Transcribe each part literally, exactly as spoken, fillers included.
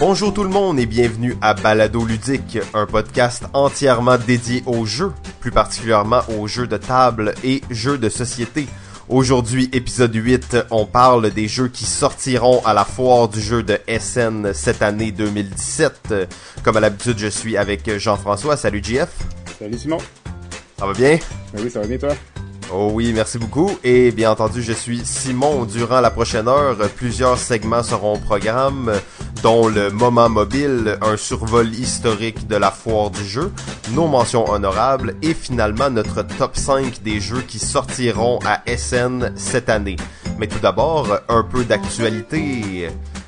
Bonjour tout le monde et bienvenue à Balado Ludique, un podcast entièrement dédié aux jeux, plus particulièrement aux jeux de table et jeux de société. Aujourd'hui, épisode huit, on parle des jeux qui sortiront à la foire du jeu de Essen cette année deux mille dix-sept. Comme à l'habitude, je suis avec Jean-François. Salut J F. Salut Simon. Ça va bien? Oui, ça va bien toi? Oh oui, merci beaucoup. Et bien entendu, je suis Simon. Durant la prochaine heure, plusieurs segments seront au programme, dont le moment mobile, un survol historique de la foire du jeu, nos mentions honorables et finalement notre top cinq des jeux qui sortiront à Essen cette année. Mais tout d'abord, un peu d'actualité.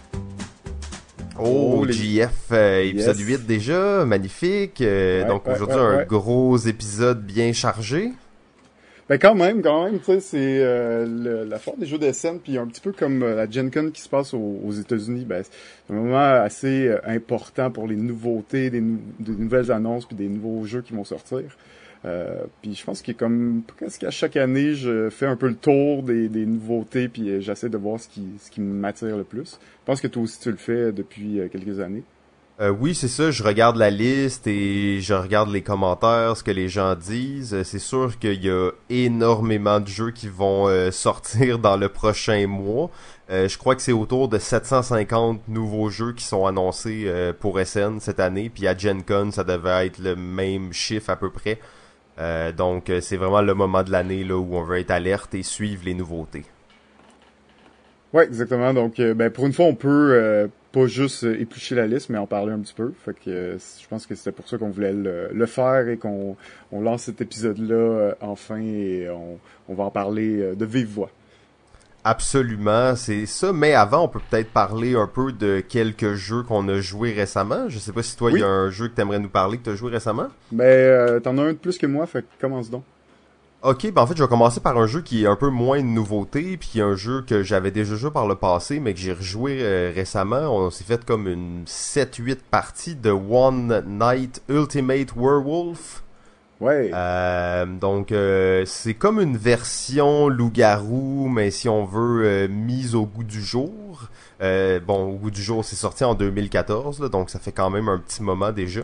Oh, Oh les... J F, euh, épisode yes. huit déjà, magnifique. Euh, Ouais, donc ouais, aujourd'hui, ouais, un ouais. gros épisode bien chargé. Ben quand même, quand même, tu sais, c'est euh, le- la foire des jeux d'Essen, puis un petit peu comme euh, la Gen Con qui se passe aux, aux États-Unis, ben c'est un moment assez euh, important pour les nouveautés, des, nou- des nouvelles annonces, puis des nouveaux jeux qui vont sortir. Euh, puis je pense que comme presque à chaque année, je fais un peu le tour des, des nouveautés, puis euh, j'essaie de voir ce qui, ce qui m'attire le plus. Je pense que toi aussi tu le fais depuis euh, quelques années. Euh, oui, c'est ça. Je regarde la liste et je regarde les commentaires, ce que les gens disent. Euh, C'est sûr qu'il y a énormément de jeux qui vont euh, sortir dans le prochain mois. Euh, je crois que c'est autour de sept cent cinquante nouveaux jeux qui sont annoncés euh, pour S N cette année. Puis à Gen Con, ça devait être le même chiffre à peu près. Euh, donc euh, c'est vraiment le moment de l'année là où on veut être alerte et suivre les nouveautés. Ouais, exactement. Donc, euh, ben pour une fois, on peut euh, pas juste euh, éplucher la liste, mais en parler un petit peu. Fait que euh, je pense que c'était pour ça qu'on voulait le, le faire et qu'on on lance cet épisode-là euh, enfin et on, on va en parler euh, de vive voix. Absolument, c'est ça. Mais avant, on peut peut-être parler un peu de quelques jeux qu'on a joués récemment. Je sais pas si toi, il Oui. y a un jeu que t'aimerais nous parler que t'as joué récemment. Ben, euh, t'en as un de plus que moi, fait que commence donc. Ok, ben en fait, je vais commencer par un jeu qui est un peu moins de nouveauté, puis qui est un jeu que j'avais déjà joué par le passé, mais que j'ai rejoué euh, récemment. On s'est fait comme une sept huit parties de One Night Ultimate Werewolf. Ouais. Euh, donc, euh, c'est comme une version loup-garou, mais si on veut, euh, mise au goût du jour. Euh, bon, au goût du jour, c'est sorti en deux mille quatorze, là, donc ça fait quand même un petit moment déjà.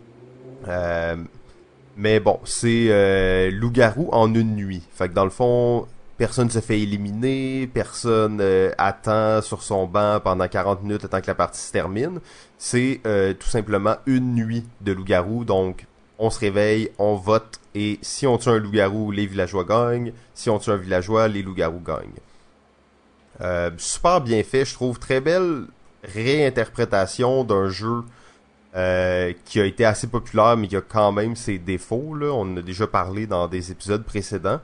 Euh, mais bon, c'est euh, loup-garou en une nuit. Fait que dans le fond, personne se fait éliminer, personne euh, attend sur son banc pendant quarante minutes le temps que la partie se termine. C'est euh, tout simplement une nuit de loup-garou, donc on se réveille, on vote, et si on tue un loup-garou, les villageois gagnent. Si on tue un villageois, les loups-garous gagnent. Euh, super bien fait, je trouve. Très belle réinterprétation d'un jeu euh, qui a été assez populaire, mais qui a quand même ses défauts, là. On en a déjà parlé dans des épisodes précédents.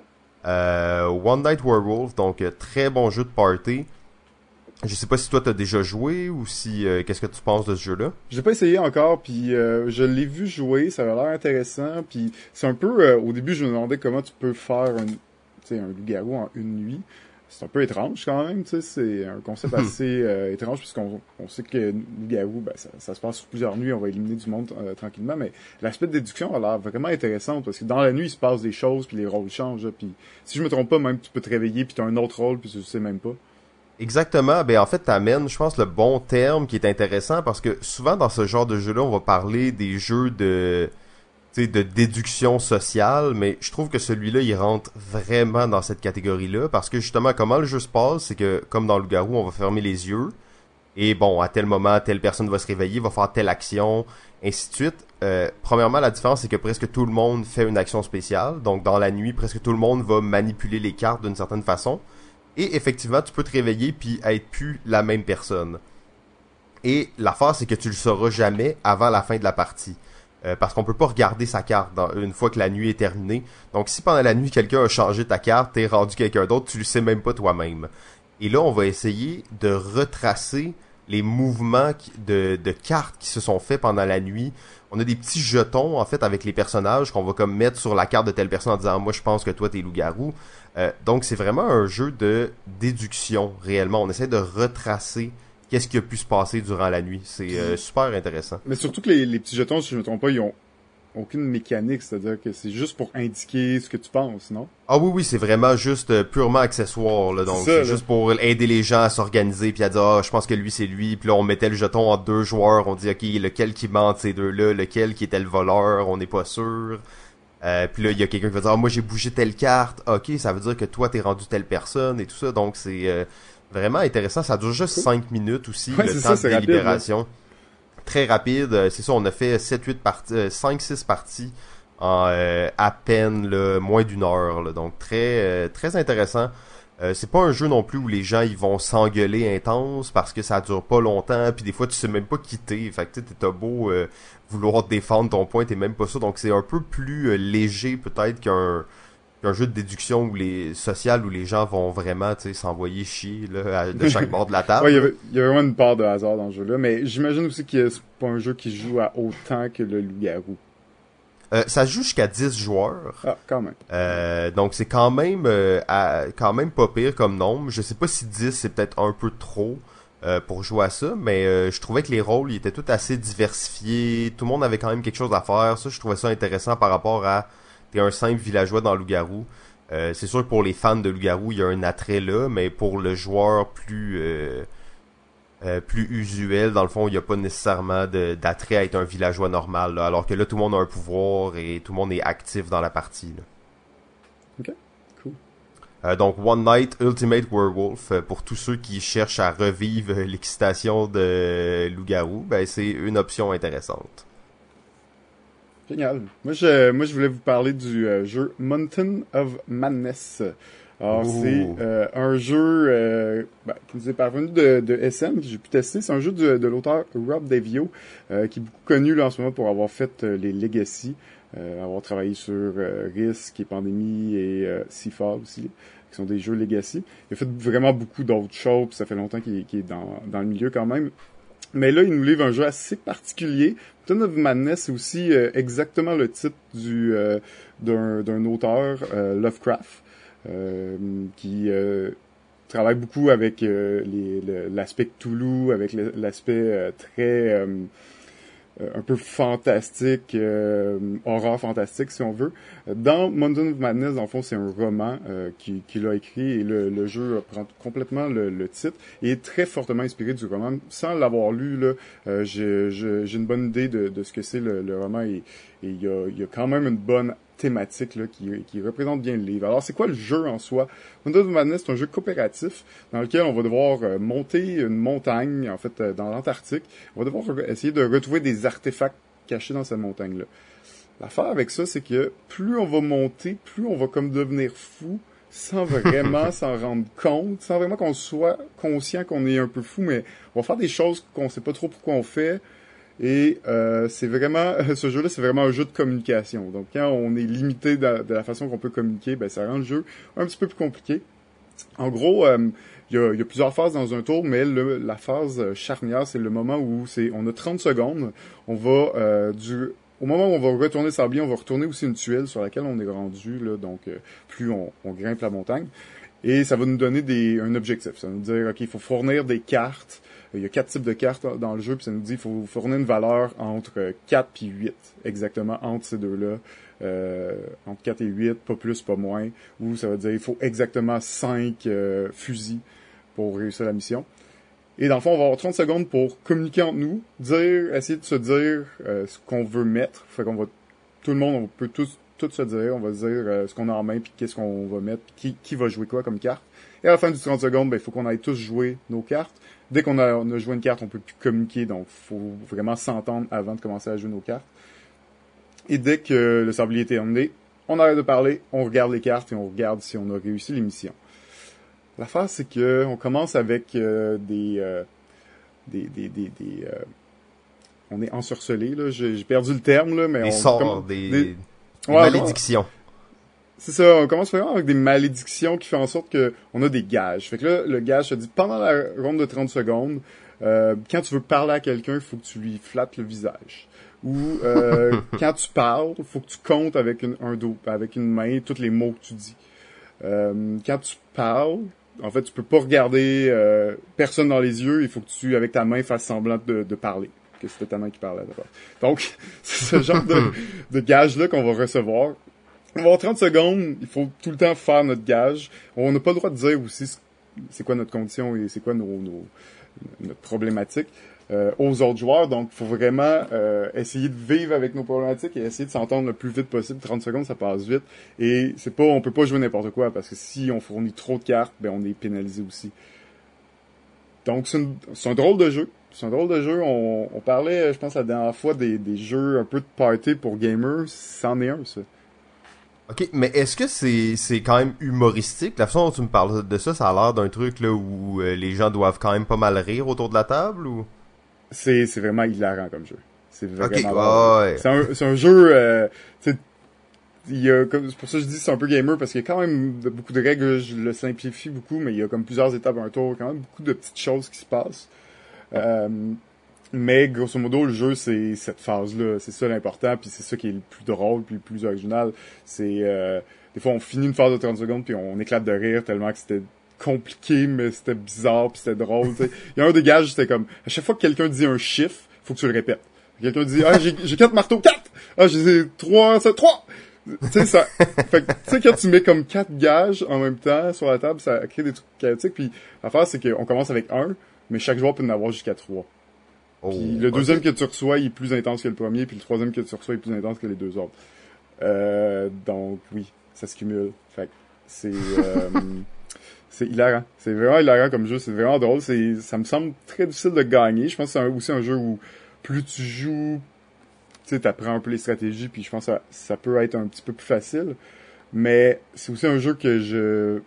Euh, One Night Werewolf, donc euh, très bon jeu de party. Je sais pas si toi t'as déjà joué ou si euh, qu'est-ce que tu penses de ce jeu-là? J'ai pas essayé encore, puis euh, je l'ai vu jouer, ça avait l'air intéressant, puis c'est un peu, euh, au début je me demandais comment tu peux faire un, tu sais, un loup-garou en une nuit. C'est un peu étrange quand même, tu sais, c'est un concept assez euh, étrange puisqu'on on sait que loup-garou, ben, ça, ça se passe sur plusieurs nuits, on va éliminer du monde euh, tranquillement, mais l'aspect de déduction a l'air vraiment intéressant parce que dans la nuit il se passe des choses, puis les rôles changent, là, puis si je me trompe pas, même tu peux te réveiller puis t'as un autre rôle puis tu le sais même pas. Exactement. Ben en fait, t'amènes, je pense, le bon terme qui est intéressant parce que souvent dans ce genre de jeu-là, on va parler des jeux de, tu sais, de déduction sociale, mais je trouve que celui-là, il rentre vraiment dans cette catégorie-là parce que justement, comment le jeu se passe, c'est que comme dans Loup-garou, on va fermer les yeux et bon, à tel moment, telle personne va se réveiller, va faire telle action, ainsi de suite. Euh, premièrement, la différence, c'est que presque tout le monde fait une action spéciale. Donc, dans la nuit, presque tout le monde va manipuler les cartes d'une certaine façon. Et effectivement, tu peux te réveiller puis être plus la même personne. Et l'affaire, c'est que tu le sauras jamais avant la fin de la partie. Euh, parce qu'on peut pas regarder sa carte dans, une fois que la nuit est terminée. Donc si pendant la nuit, quelqu'un a changé ta carte, t'es rendu quelqu'un d'autre, tu le sais même pas toi-même. Et là, on va essayer de retracer les mouvements qui- de, de cartes qui se sont faits pendant la nuit. On a des petits jetons, en fait, avec les personnages qu'on va comme mettre sur la carte de telle personne en disant « Moi, je pense que toi, t'es loup-garou. Euh, » Donc, c'est vraiment un jeu de déduction, réellement. On essaie de retracer qu'est-ce qui a pu se passer durant la nuit. C'est euh, super intéressant. Mais surtout que les, les petits jetons, si je me trompe pas, ils ont aucune mécanique, c'est-à-dire que c'est juste pour indiquer ce que tu penses, non? Ah oui, oui, c'est vraiment juste euh, purement accessoire, là. Donc, C'est c'est, ça, là. juste pour aider les gens à s'organiser, puis à dire, ah, je pense que lui, c'est lui. Puis là, on mettait le jeton entre deux joueurs. On dit, OK, lequel qui ment de ces deux-là, lequel qui était le voleur, on n'est pas sûr. Euh, puis là, il y a quelqu'un qui va dire, ah, moi, j'ai bougé telle carte. OK, ça veut dire que toi, t'es rendu telle personne et tout ça. Donc, c'est euh, vraiment intéressant. Ça dure juste Cool. cinq minutes aussi, Ouais, le c'est temps ça, de c'est rapide, délibération. Très rapide. Euh, C'est ça, on a fait sept huit parties, euh, cinq six parties en euh, à peine là, moins d'une heure. Là. Donc très euh, très intéressant. Euh, c'est pas un jeu non plus où les gens ils vont s'engueuler intense parce que ça dure pas longtemps, puis des fois tu sais même pas quitter. Fait que tu sais, t'as beau euh, vouloir défendre ton point, t'es même pas ça. Donc c'est un peu plus euh, léger peut-être qu'un qu'un jeu de déduction où les social où les gens vont vraiment tu sais s'envoyer chier là, à- de chaque bord de la table. Ouais, il y, avait, il y a vraiment une part de hasard dans ce jeu-là, mais j'imagine aussi que c'est pas un jeu qui se joue à autant que le loup-garou. Euh, ça se joue jusqu'à dix joueurs. Ah, quand même. Euh, donc c'est quand même euh, à- quand même pas pire comme nombre. Je sais pas si dix c'est peut-être un peu trop euh, pour jouer à ça, mais euh, je trouvais que les rôles ils étaient tous assez diversifiés. Tout le monde avait quand même quelque chose à faire. Ça, je trouvais ça intéressant par rapport à t'es un simple villageois dans Loup-garou. Euh, c'est sûr que pour les fans de Loup-garou, il y a un attrait là, mais pour le joueur plus euh, euh, plus usuel, dans le fond, il n'y a pas nécessairement de- d'attrait à être un villageois normal, là, alors que là, tout le monde a un pouvoir et tout le monde est actif dans la partie. Là. Ok, cool. Euh, donc, One Night Ultimate Werewolf, euh, pour tous ceux qui cherchent à revivre euh, l'excitation de loup-garou, ben c'est une option intéressante. Génial. Moi, je, moi, je voulais vous parler du euh, jeu Mountain of Madness. Alors, Ouh. c'est euh, un jeu euh, ben, qui nous est parvenu de, de S M, que j'ai pu tester. C'est un jeu de, de l'auteur Rob Daviau, euh, qui est beaucoup connu là, en ce moment pour avoir fait euh, les Legacy, euh, avoir travaillé sur euh, Risk et Pandémie et euh, Sifa aussi, qui sont des jeux Legacy. Il a fait vraiment beaucoup d'autres choses, puis ça fait longtemps qu'il est, qu'il est dans, dans le milieu quand même. Mais là, il nous livre un jeu assez particulier. Mountain of Madness, c'est aussi euh, exactement le titre du euh, d'un, d'un auteur, euh, Lovecraft, euh, qui euh, travaille beaucoup avec euh, les, le, l'aspect Cthulhu, avec le, l'aspect euh, très euh, un peu fantastique, euh, horreur fantastique si on veut. Dans Mountain of Madness, dans le fond, c'est un roman euh, qui, qu'il a écrit et le, le jeu prend complètement le, le titre et est très fortement inspiré du roman. Sans l'avoir lu, là, euh, j'ai, j'ai, j'ai une bonne idée de, de ce que c'est le, le roman et il y a, y a quand même une bonne thématique là, qui, qui représente bien le livre. Alors, c'est quoi le jeu en soi? Mountain of Madness, c'est un jeu coopératif dans lequel on va devoir euh, monter une montagne, en fait, euh, dans l'Antarctique. On va devoir re- essayer de retrouver des artefacts cachés dans cette montagne-là. L'affaire avec ça, c'est que plus on va monter, plus on va comme devenir fou, sans vraiment s'en rendre compte, sans vraiment qu'on soit conscient qu'on est un peu fou, mais on va faire des choses qu'on sait pas trop pourquoi on fait. Et euh, c'est vraiment, ce jeu-là, c'est vraiment un jeu de communication. Donc, quand on est limité de, de la façon qu'on peut communiquer, ben ça rend le jeu un petit peu plus compliqué. En gros, euh, il y, a, y a plusieurs phases dans un tour, mais le, la phase charnière, c'est le moment où c'est, on a trente secondes. On va euh, du Au moment où on va retourner le sablier, on va retourner aussi une tuile sur laquelle on est rendu, là, donc euh, plus on, on grimpe la montagne. Et ça va nous donner des, un objectif. Ça va nous dire, OK, il faut fournir des cartes. Il y a quatre types de cartes dans le jeu, puis ça nous dit qu'il faut fournir une valeur entre quatre et huit, exactement entre ces deux-là. Euh, entre quatre et huit, pas plus, pas moins. Ou ça veut dire qu'il faut exactement cinq euh, fusils pour réussir la mission. Et dans le fond, on va avoir trente secondes pour communiquer entre nous, dire, essayer de se dire euh, ce qu'on veut mettre. Fait qu'on va, tout le monde, on peut tous, tout se dire, on va se dire euh, ce qu'on a en main, puis qu'est-ce qu'on va mettre, puis qui, qui va jouer quoi comme carte. Et à la fin du trente secondes, ben, il faut qu'on aille tous jouer nos cartes. Dès qu'on a, on a joué une carte, on peut plus communiquer, donc il faut vraiment s'entendre avant de commencer à jouer nos cartes. Et dès que le sablier est terminé, on arrête de parler, on regarde les cartes et on regarde si on a réussi l'émission. L'affaire, c'est que on commence avec euh, des, euh, des, des, des, des euh, on est ensorcelé là. J'ai, j'ai perdu le terme là, mais des on sorts, commence, des, des... des Ouais, malédictions. C'est ça, on commence vraiment avec des malédictions qui font en sorte que on a des gages. Fait que là, le gage se dit pendant la ronde de trente secondes, euh, quand tu veux parler à quelqu'un, il faut que tu lui flattes le visage. Ou euh, quand tu parles, il faut que tu comptes avec une, un dos, avec une main, tous les mots que tu dis. Euh, quand tu parles, en fait, tu peux pas regarder euh, personne dans les yeux. Il faut que tu, avec ta main, fasses semblant de, de parler. que c'était ta main qui parlait d'abord. Donc, c'est ce genre de, de gage-là qu'on va recevoir. On va avoir trente secondes, il faut tout le temps faire notre gage. On n'a pas le droit de dire aussi c'est quoi notre condition et c'est quoi nos, nos, notre problématique euh, aux autres joueurs. Donc, il faut vraiment euh, essayer de vivre avec nos problématiques et essayer de s'entendre le plus vite possible. trente secondes, ça passe vite. Et c'est pas, on peut pas jouer n'importe quoi parce que si on fournit trop de cartes, ben on est pénalisé aussi. Donc, c'est, une, c'est un drôle de jeu. C'est un drôle de jeu. On, on parlait, je pense, la dernière fois des, des jeux un peu de party pour gamers. C'en est un, ça. Ok, mais est-ce que c'est c'est quand même humoristique? La façon dont tu me parles de ça, ça a l'air d'un truc là où euh, les gens doivent quand même pas mal rire autour de la table, ou? C'est, c'est vraiment hilarant comme jeu. C'est vraiment Ok, hilarant. ouais. C'est un, c'est un jeu, euh, tu sais, il y a comme, c'est pour ça que je dis que c'est un peu gamer, parce qu'il y a quand même de, beaucoup de règles, je le simplifie beaucoup, mais il y a comme plusieurs étapes à un tour, quand même beaucoup de petites choses qui se passent. Euh, mais grosso modo, le jeu, c'est cette phase-là, c'est ça l'important, puis c'est ça qui est le plus drôle, puis le plus original. C'est euh, des fois, on finit une phase de trente secondes, puis on éclate de rire tellement que c'était compliqué, mais c'était bizarre, puis c'était drôle. T'sais. Il y a un des gages, c'était comme, à chaque fois que quelqu'un dit un chiffre, faut que tu le répètes. Quelqu'un dit, ah, j'ai, j'ai quatre marteaux, quatre! Ah, j'ai trois, c'est trois! Tu sais, ça, fait que, tu sais, quand tu mets comme quatre gages en même temps sur la table, ça crée des trucs chaotiques, puis l'affaire, c'est qu'on commence avec un, mais chaque joueur peut en avoir jusqu'à trois. Oh, puis le deuxième okay. que tu reçois, il est plus intense que le premier, puis le troisième que tu reçois, il est plus intense que les deux autres. Euh, donc, oui, ça se cumule. Fait que c'est, euh, c'est hilarant. C'est vraiment hilarant comme jeu, c'est vraiment drôle. C'est, ça me semble très difficile de gagner. Je pense que c'est un, aussi un jeu où plus tu joues, tu sais, t'apprends un peu les stratégies, puis je pense que ça, ça peut être un petit peu plus facile. Mais c'est aussi un jeu que je...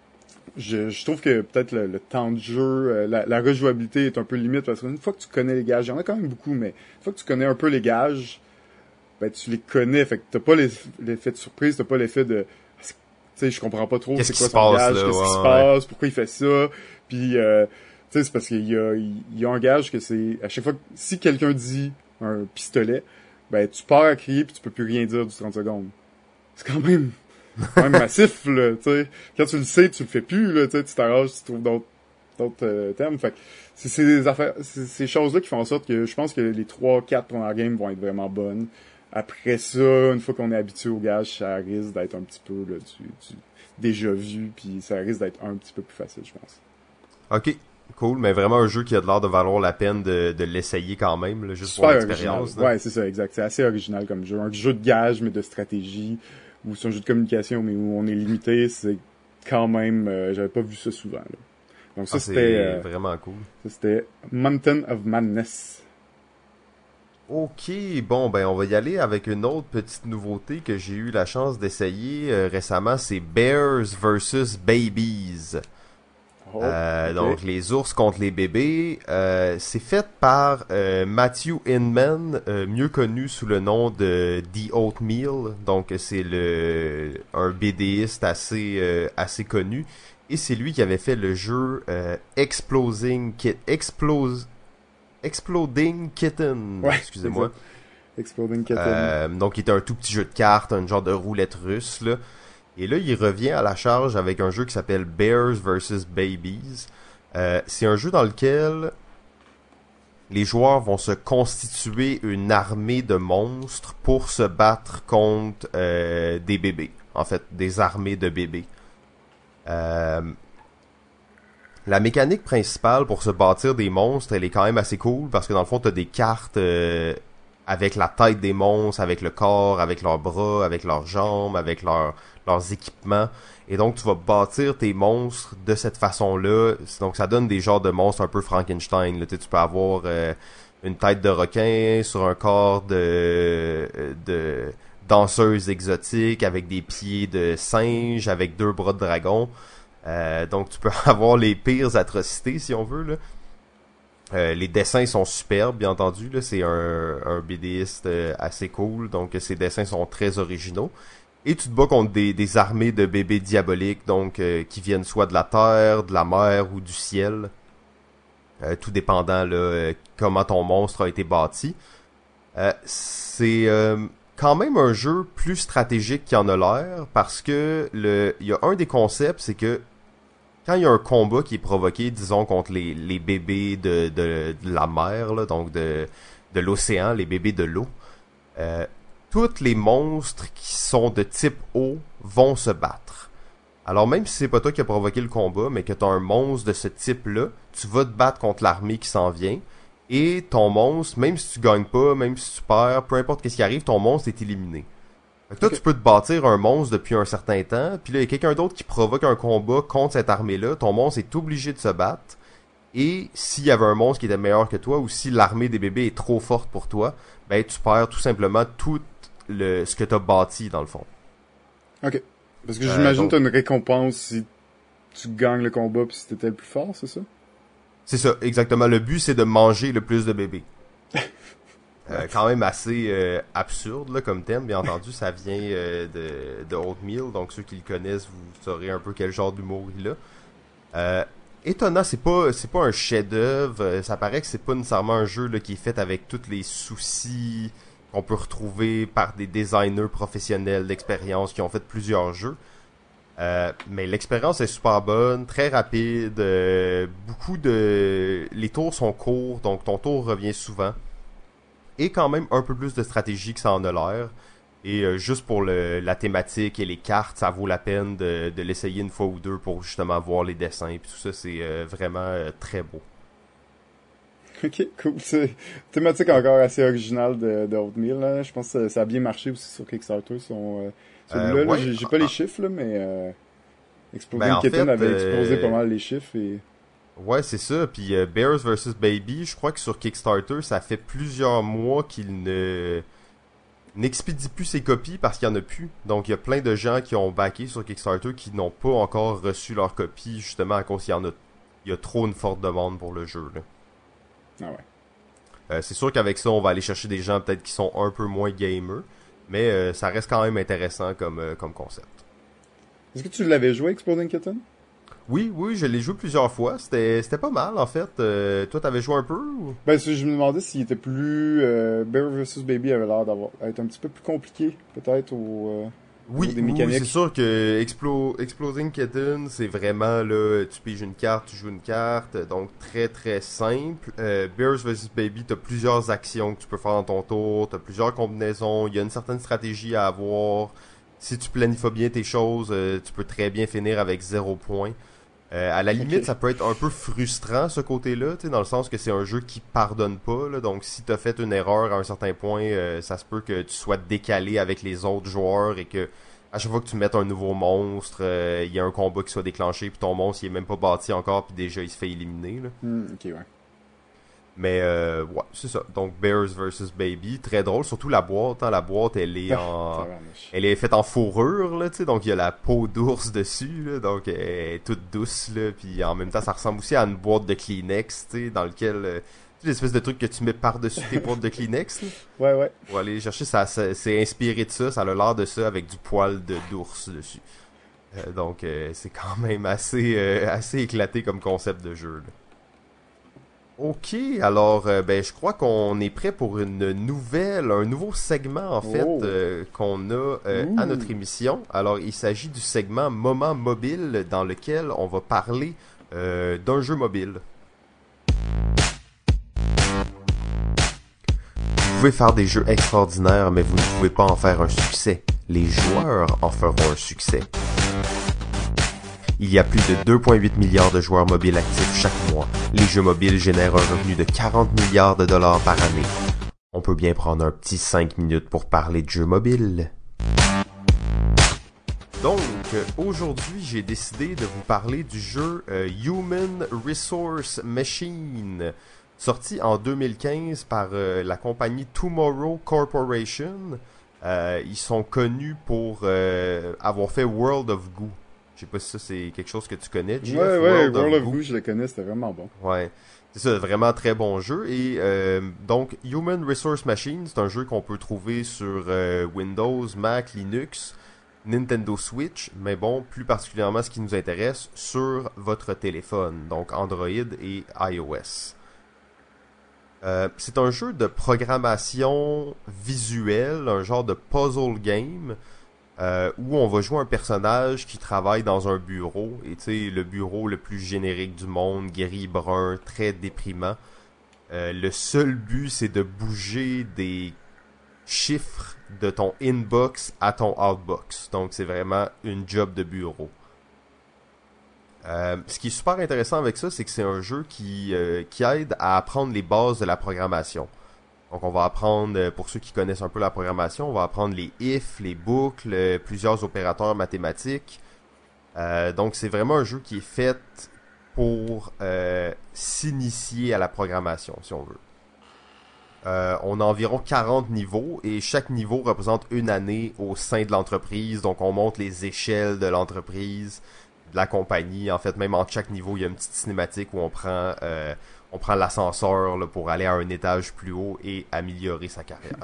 Je, je trouve que peut-être le, le temps de jeu, euh, la, la rejouabilité est un peu limite, parce qu'une fois que tu connais les gages, il y en a quand même beaucoup, mais une fois que tu connais un peu les gages, ben tu les connais, fait que t'as pas l'effet de surprise, t'as pas l'effet de... Tu sais, je comprends pas trop qu'est-ce c'est quoi son gage, là, qu'est-ce ouais, qui se ouais. passe, pourquoi il fait ça, puis... Euh, tu sais, c'est parce qu'il y a, il y a un gage que c'est... À chaque fois que... Si quelqu'un dit un pistolet, ben tu pars à crier, puis tu peux plus rien dire du trente secondes. C'est quand même... quand même massif, là, tu sais. Quand tu le sais, tu le fais plus, là, tu sais, tu t'arranges, tu trouves d'autres, d'autres euh, termes. Fait que c'est, c'est des affaires, c'est ces choses-là qui font en sorte que je pense que les trois, quatre premières games vont être vraiment bonnes. Après ça, une fois qu'on est habitué au gage, ça risque d'être un petit peu, là, du, du déjà vu, puis ça risque d'être un petit peu plus facile, je pense. Ok, cool, mais vraiment un jeu qui a de l'air de valoir la peine de, de l'essayer quand même, là, juste Super pour l'expérience. Ouais, c'est ça, exact. C'est assez original comme jeu. Un jeu de gage, mais de stratégie. Ou c'est un jeu de communication, mais où on est limité, c'est quand même... Euh, j'avais pas vu ça souvent, là. Donc ça, ah, c'était... C'est euh, vraiment cool. Ça, c'était Mountain of Madness. Ok, bon, ben on va y aller avec une autre petite nouveauté que j'ai eu la chance d'essayer euh, récemment, c'est Bears versus Babies. Oh, Euh, okay. Donc les ours contre les bébés. Euh, c'est fait par euh, Matthew Inman, euh, mieux connu sous le nom de The Oatmeal. Donc c'est le un BDiste assez euh, assez connu. Et c'est lui qui avait fait le jeu euh, Exploding Kit Explose Exploding Kitten. Ouais, Excusez-moi. Exploding Kitten. Euh, donc il était un tout petit jeu de cartes, un genre de roulette russe là. Et là, il revient à la charge avec un jeu qui s'appelle Bears versus Babies. Euh, c'est un jeu dans lequel les joueurs vont se constituer une armée de monstres pour se battre contre euh, des bébés. En fait, des armées de bébés. Euh, la mécanique principale pour se bâtir des monstres, elle est quand même assez cool parce que dans le fond, tu as des cartes... Euh, avec la tête des monstres, avec le corps, avec leurs bras, avec leurs jambes, avec leurs leurs équipements. Et donc, tu vas bâtir tes monstres de cette façon-là. Donc, ça donne des genres de monstres un peu Frankenstein. Là. Tu sais, tu peux avoir euh, une tête de requin sur un corps de, de danseuse exotique, avec des pieds de singe, avec deux bras de dragon. Euh, donc, tu peux avoir les pires atrocités, si on veut, là. Euh, les dessins sont superbes, bien entendu. Là, c'est un, un BDiste euh, assez cool, donc ses dessins sont très originaux. Et tu te bats contre des, des armées de bébés diaboliques, donc euh, qui viennent soit de la terre, de la mer ou du ciel, euh, tout dépendant là euh, comment ton monstre a été bâti. Euh, c'est euh, quand même un jeu plus stratégique qu'il en a l'air, parce que le, il y a un des concepts, c'est que quand il y a un combat qui est provoqué, disons, contre les, les bébés de, de, de la mer, là, donc de, de l'océan, les bébés de l'eau, euh, tous les monstres qui sont de type eau vont se battre. Alors même si c'est pas toi qui a provoqué le combat, mais que t'as un monstre de ce type-là, tu vas te battre contre l'armée qui s'en vient, et ton monstre, même si tu gagnes pas, même si tu perds, peu importe qu'est-ce qui arrive, ton monstre est éliminé. Fait que toi, okay. Tu peux te bâtir un monstre depuis un certain temps, puis là, il y a quelqu'un d'autre qui provoque un combat contre cette armée-là, ton monstre est obligé de se battre, et s'il y avait un monstre qui était meilleur que toi, ou si l'armée des bébés est trop forte pour toi, ben tu perds tout simplement tout le ce que t'as bâti, dans le fond. Ok. Parce que j'imagine euh, donc... t'as une récompense si tu gagnes le combat pis si t'étais le plus fort, c'est ça? C'est ça, exactement. Le but, c'est de manger le plus de bébés. euh, quand même assez euh, absurde là, comme thème, bien entendu. Ça vient euh, de, de Oatmeal, donc ceux qui le connaissent, vous saurez un peu quel genre d'humour il a. Euh, étonnant, c'est pas c'est pas un chef-d'œuvre. Ça paraît que c'est pas nécessairement un jeu là, qui est fait avec tous les soucis qu'on peut retrouver par des designers professionnels d'expérience qui ont fait plusieurs jeux. Euh, mais l'expérience est super bonne, très rapide, euh, beaucoup de... Les tours sont courts, donc ton tour revient souvent. Et quand même un peu plus de stratégie que ça en a l'air. Et euh, juste pour le, la thématique et les cartes, ça vaut la peine de, de l'essayer une fois ou deux pour justement voir les dessins. Et tout ça, c'est euh, vraiment euh, très beau. Ok, cool. C'est thématique encore assez originale de, de Oatmeal, là. Je pense que ça a bien marché aussi sur Kickstarter. Son, euh, celui-là, euh, ouais. là, j'ai, j'ai pas les chiffres, là, mais euh, Exploding ben, Kitten fait, avait explosé euh... pas mal les chiffres. Et... Ouais, c'est ça. Puis euh, Bears versus. Baby, je crois que sur Kickstarter, ça fait plusieurs mois qu'il ne n'expédie plus ses copies parce qu'il y en a plus. Donc, il y a plein de gens qui ont backé sur Kickstarter qui n'ont pas encore reçu leur copie, justement à cause qu'il y en a, il y a trop une forte demande pour le jeu, là. Ah ouais. Euh, c'est sûr qu'avec ça, on va aller chercher des gens peut-être qui sont un peu moins gamers, mais euh, ça reste quand même intéressant comme, euh, comme concept. Est-ce que tu l'avais joué, Exploding Kitten? Oui, oui, je l'ai joué plusieurs fois. C'était, c'était pas mal, en fait. Euh, toi, t'avais joué un peu? Ou... Ben, je me demandais s'il était plus... Euh, Bear versus. Baby avait l'air d'avoir être un petit peu plus compliqué, peut-être, au... Euh... Oui, oui, c'est sûr que Explo- Exploding Kitten, c'est vraiment là, tu piges une carte, tu joues une carte, donc très très simple. Euh, Bears versus. Baby, t'as plusieurs actions que tu peux faire dans ton tour, t'as plusieurs combinaisons, il y a une certaine stratégie à avoir. Si tu planifies bien tes choses, euh, tu peux très bien finir avec zéro point. Euh, à la limite, okay. Ça peut être un peu frustrant ce côté-là, dans le sens que c'est un jeu qui pardonne pas. Là, donc si t'as fait une erreur à un certain point, euh, ça se peut que tu sois décalé avec les autres joueurs et que à chaque fois que tu mettes un nouveau monstre, il euh, y a un combat qui soit déclenché, puis ton monstre il est même pas bâti encore, puis déjà il se fait éliminer. Là. Mm, ok, ouais. Mais euh, ouais, c'est ça. Donc Bears versus. Baby, très drôle. Surtout la boîte. Hein. La boîte, elle est en, elle est faite en fourrure là, tu sais. Donc il y a la peau d'ours dessus, là, donc elle est toute douce là. Puis en même temps, ça ressemble aussi à une boîte de Kleenex, tu sais, dans lequel euh, tu sais, l'espèce de truc que tu mets par dessus tes boîtes de Kleenex. Là. Ouais, ouais. Pour aller chercher ça, ça, c'est inspiré de ça. Ça a l'air de ça avec du poil de d'ours dessus. Euh, donc euh, c'est quand même assez, euh, assez éclaté comme concept de jeu. Là. Ok, alors euh, ben je crois qu'on est prêt pour une nouvelle, un nouveau segment en fait oh. euh, qu'on a euh, à notre émission. Alors il s'agit du segment Moment mobile dans lequel on va parler euh, d'un jeu mobile. Vous pouvez faire des jeux extraordinaires, mais vous ne pouvez pas en faire un succès. Les joueurs en feront un succès. Il y a plus de deux virgule huit milliards de joueurs mobiles actifs chaque mois. Les jeux mobiles génèrent un revenu de quarante milliards de dollars par année. On peut bien prendre un petit cinq minutes pour parler de jeux mobiles. Donc, aujourd'hui, j'ai décidé de vous parler du jeu euh, Human Resource Machine, sorti en deux mille quinze par euh, la compagnie Tomorrow Corporation. Euh, ils sont connus pour euh, avoir fait World of Goo. Je sais pas si ça c'est quelque chose que tu connais, Jeff. Ouais, ouais, World, World of Goo, je le connais, c'était vraiment bon. Ouais, c'est ça, vraiment très bon jeu. Et euh, donc, Human Resource Machine, c'est un jeu qu'on peut trouver sur euh, Windows, Mac, Linux, Nintendo Switch, mais bon, plus particulièrement ce qui nous intéresse, sur votre téléphone, donc Android et iOS. Euh, c'est un jeu de programmation visuelle, un genre de puzzle game, Euh, où on va jouer un personnage qui travaille dans un bureau, et tu sais, le bureau le plus générique du monde, gris-brun, très déprimant. Euh, le seul but, c'est de bouger des chiffres de ton inbox à ton outbox. Donc, c'est vraiment une job de bureau. Euh, ce qui est super intéressant avec ça, c'est que c'est un jeu qui, euh, qui aide à apprendre les bases de la programmation. Donc, on va apprendre, euh, pour ceux qui connaissent un peu la programmation, on va apprendre les if, les boucles, euh, plusieurs opérateurs mathématiques. Euh, donc, c'est vraiment un jeu qui est fait pour euh, s'initier à la programmation, si on veut. Euh, on a environ quarante niveaux et chaque niveau représente une année au sein de l'entreprise. Donc, on monte les échelles de l'entreprise, de la compagnie. En fait, même entre chaque niveau, il y a une petite cinématique où on prend, euh, on prend l'ascenseur là, pour aller à un étage plus haut et améliorer sa carrière.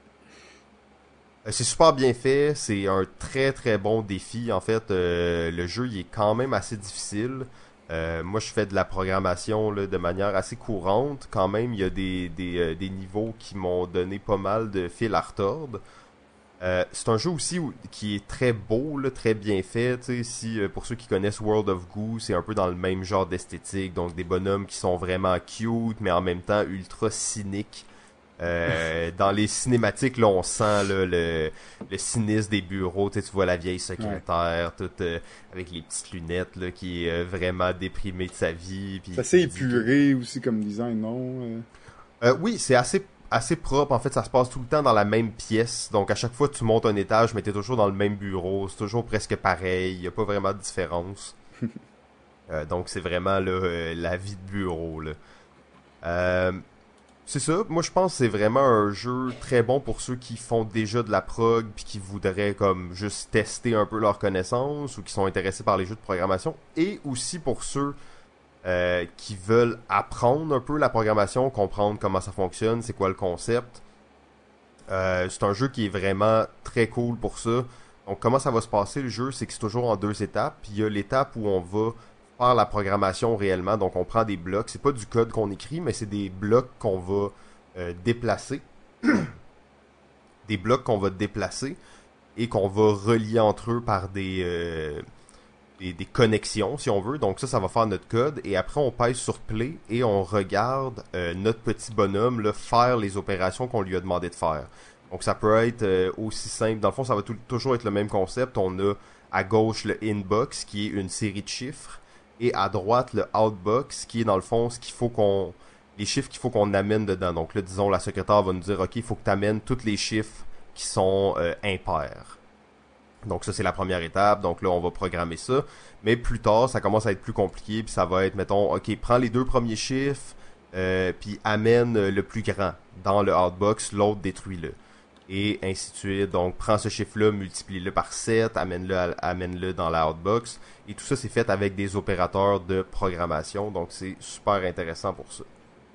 C'est super bien fait, c'est un très très bon défi. En fait, euh, le jeu il est quand même assez difficile. Euh, moi, je fais de la programmation là, de manière assez courante. Quand même, il y a des, des, euh, des niveaux qui m'ont donné pas mal de fil à retordre. Euh, c'est un jeu aussi où, qui est très beau, là, très bien fait. Tu sais, si, euh, pour ceux qui connaissent World of Goo, c'est un peu dans le même genre d'esthétique. Donc, des bonhommes qui sont vraiment cute, mais en même temps ultra cyniques. Euh, dans les cinématiques, là, on sent là, le, le cynisme des bureaux. Tu sais, tu vois la vieille secrétaire, ouais. toute euh, avec les petites lunettes, là, qui est euh, vraiment déprimée de sa vie. C'est assez épuré que... aussi comme design, non? Euh... Euh, oui, c'est assez assez propre. En fait, ça se passe tout le temps dans la même pièce. Donc, à chaque fois, tu montes un étage, mais t'es toujours dans le même bureau. C'est toujours presque pareil. Il n'y a pas vraiment de différence. euh, donc, c'est vraiment là, euh, la vie de bureau. Là. Euh... C'est ça, moi je pense que c'est vraiment un jeu très bon pour ceux qui font déjà de la prog puis qui voudraient comme juste tester un peu leurs connaissances ou qui sont intéressés par les jeux de programmation et aussi pour ceux euh, qui veulent apprendre un peu la programmation, comprendre comment ça fonctionne, c'est quoi le concept. Euh, c'est un jeu qui est vraiment très cool pour ça. Donc comment ça va se passer le jeu, c'est que c'est toujours en deux étapes. Puis il y a l'étape où on va faire la programmation réellement. Donc, on prend des blocs. C'est pas du code qu'on écrit, mais c'est des blocs qu'on va euh, déplacer. des blocs qu'on va déplacer et qu'on va relier entre eux par des, euh, des, des connexions, si on veut. Donc, ça, ça va faire notre code. Et après, on pèse sur Play et on regarde euh, notre petit bonhomme là, faire les opérations qu'on lui a demandé de faire. Donc, ça peut être euh, aussi simple. Dans le fond, ça va tout, toujours être le même concept. On a à gauche le inbox, qui est une série de chiffres. Et à droite, le outbox, qui est dans le fond ce qu'il faut qu'on. Les chiffres qu'il faut qu'on amène dedans. Donc là, disons, la secrétaire va nous dire OK, il faut que tu amènes tous les chiffres qui sont euh, impairs. Donc ça, c'est la première étape. Donc là, on va programmer ça. Mais plus tard, ça commence à être plus compliqué. Puis ça va être, mettons, OK, prends les deux premiers chiffres, euh, puis amène le plus grand dans le outbox, l'autre détruis-le. Et ainsi de suite. Donc, prends ce chiffre-là, multiplie-le par sept, amène-le, à, amène-le dans la outbox. Et tout ça, c'est fait avec des opérateurs de programmation. Donc, c'est super intéressant pour ça.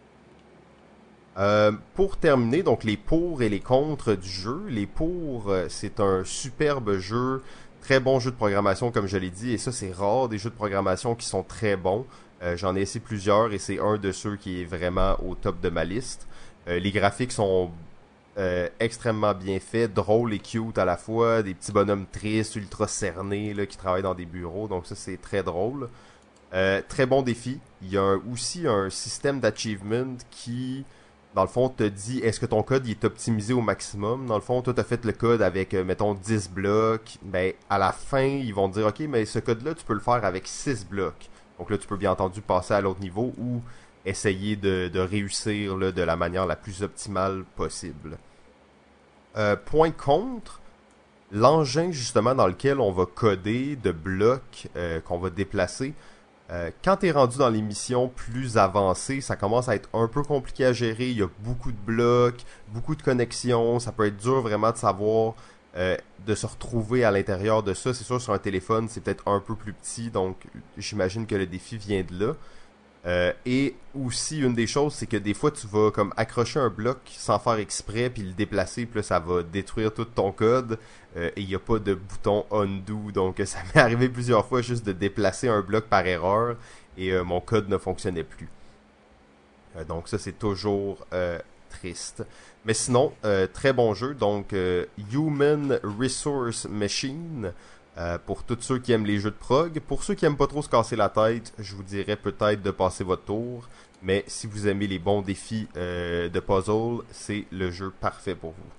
Euh, pour terminer, donc les pour et les contre du jeu. Les pour, euh, c'est un superbe jeu, très bon jeu de programmation, comme je l'ai dit. Et ça, c'est rare, des jeux de programmation qui sont très bons. Euh, j'en ai essayé plusieurs et c'est un de ceux qui est vraiment au top de ma liste. Euh, les graphiques sont Euh, extrêmement bien fait, drôle et cute à la fois, des petits bonhommes tristes, ultra cernés là, qui travaillent dans des bureaux, donc ça c'est très drôle. Euh, très bon défi. Il y a un, aussi un système d'achievement qui, dans le fond, te dit est-ce que ton code il est optimisé au maximum. Dans le fond, toi tu as fait le code avec, euh, mettons, dix blocs. Ben, à la fin, ils vont te dire ok, mais ce code-là, tu peux le faire avec six blocs. Donc là, tu peux bien entendu passer à l'autre niveau ou essayer de, de réussir là, de la manière la plus optimale possible. Euh, point contre, l'engin justement dans lequel on va coder de blocs euh, qu'on va déplacer, euh, quand tu es rendu dans les missions plus avancées, ça commence à être un peu compliqué à gérer. Il y a beaucoup de blocs, beaucoup de connexions, ça peut être dur vraiment de savoir, euh, de se retrouver à l'intérieur de ça. C'est sûr, sur un téléphone, c'est peut-être un peu plus petit, donc j'imagine que le défi vient de là. Euh, et aussi, une des choses, c'est que des fois, tu vas comme accrocher un bloc sans faire exprès, puis le déplacer, puis là, ça va détruire tout ton code, euh, et il n'y a pas de bouton undo. Donc, ça m'est arrivé plusieurs fois juste de déplacer un bloc par erreur, et euh, mon code ne fonctionnait plus. Euh, donc, ça, c'est toujours euh, triste. Mais sinon, euh, très bon jeu. Donc, euh, Human Resource Machine. Euh, pour tous ceux qui aiment les jeux de prog, pour ceux qui aiment pas trop se casser la tête, je vous dirais peut-être de passer votre tour. Mais si vous aimez les bons défis euh, de puzzle, c'est le jeu parfait pour vous.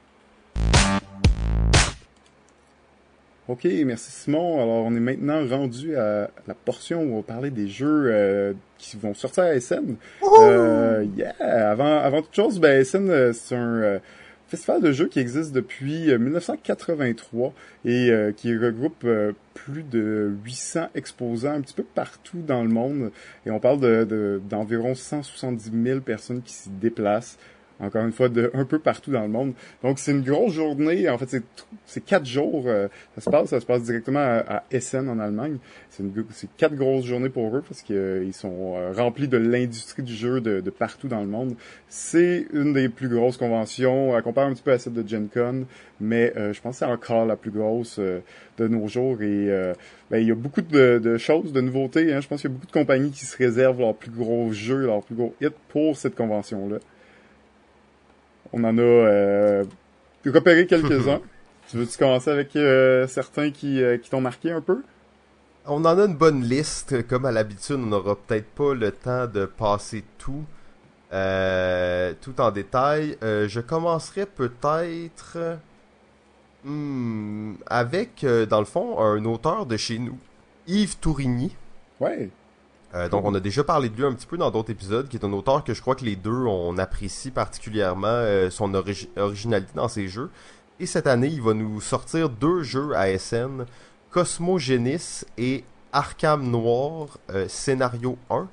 Ok, merci Simon. Alors, on est maintenant rendu à la portion où on va parler des jeux euh, qui vont sortir à S N. Euh, yeah! Avant, avant toute chose, ben, S N, euh, c'est un euh, festival de jeux qui existe depuis euh, dix-neuf cent quatre-vingt-trois et euh, qui regroupe euh, plus de huit cents exposants un petit peu partout dans le monde. Et on parle de, de, d'environ cent soixante-dix mille personnes qui s'y déplacent. Encore une fois, de un peu partout dans le monde. Donc, c'est une grosse journée. En fait, c'est, c'est quatre jours. Euh, ça se passe, ça se passe directement à, à Essen, en Allemagne. C'est, une, c'est quatre grosses journées pour eux parce qu'ils euh, sont euh, remplis de l'industrie du jeu de, de partout dans le monde. C'est une des plus grosses conventions. Elle compare un petit peu à celle de Gen Con, mais euh, je pense que c'est encore la plus grosse euh, de nos jours. Et euh, ben, il y a beaucoup de, de choses, de nouveautés. Hein. Je pense qu'il y a beaucoup de compagnies qui se réservent leurs plus gros jeux, leurs plus gros hits pour cette convention-là. On en a euh, repéré quelques-uns. Tu veux-tu commencer avec euh, certains qui, euh, qui t'ont marqué un peu? On en a une bonne liste. Comme à l'habitude, on n'aura peut-être pas le temps de passer tout, euh, tout en détail. Euh, je commencerai peut-être hmm, avec, euh, dans le fond, un auteur de chez nous, Yves Tourigny. Ouais. Euh, donc, on a déjà parlé de lui un petit peu dans d'autres épisodes, qui est un auteur que je crois que les deux, on apprécie particulièrement euh, son origi- originalité dans ses jeux. Et cette année, il va nous sortir deux jeux à S N, Cosmogenis et Arkham Noir, euh, scénario un.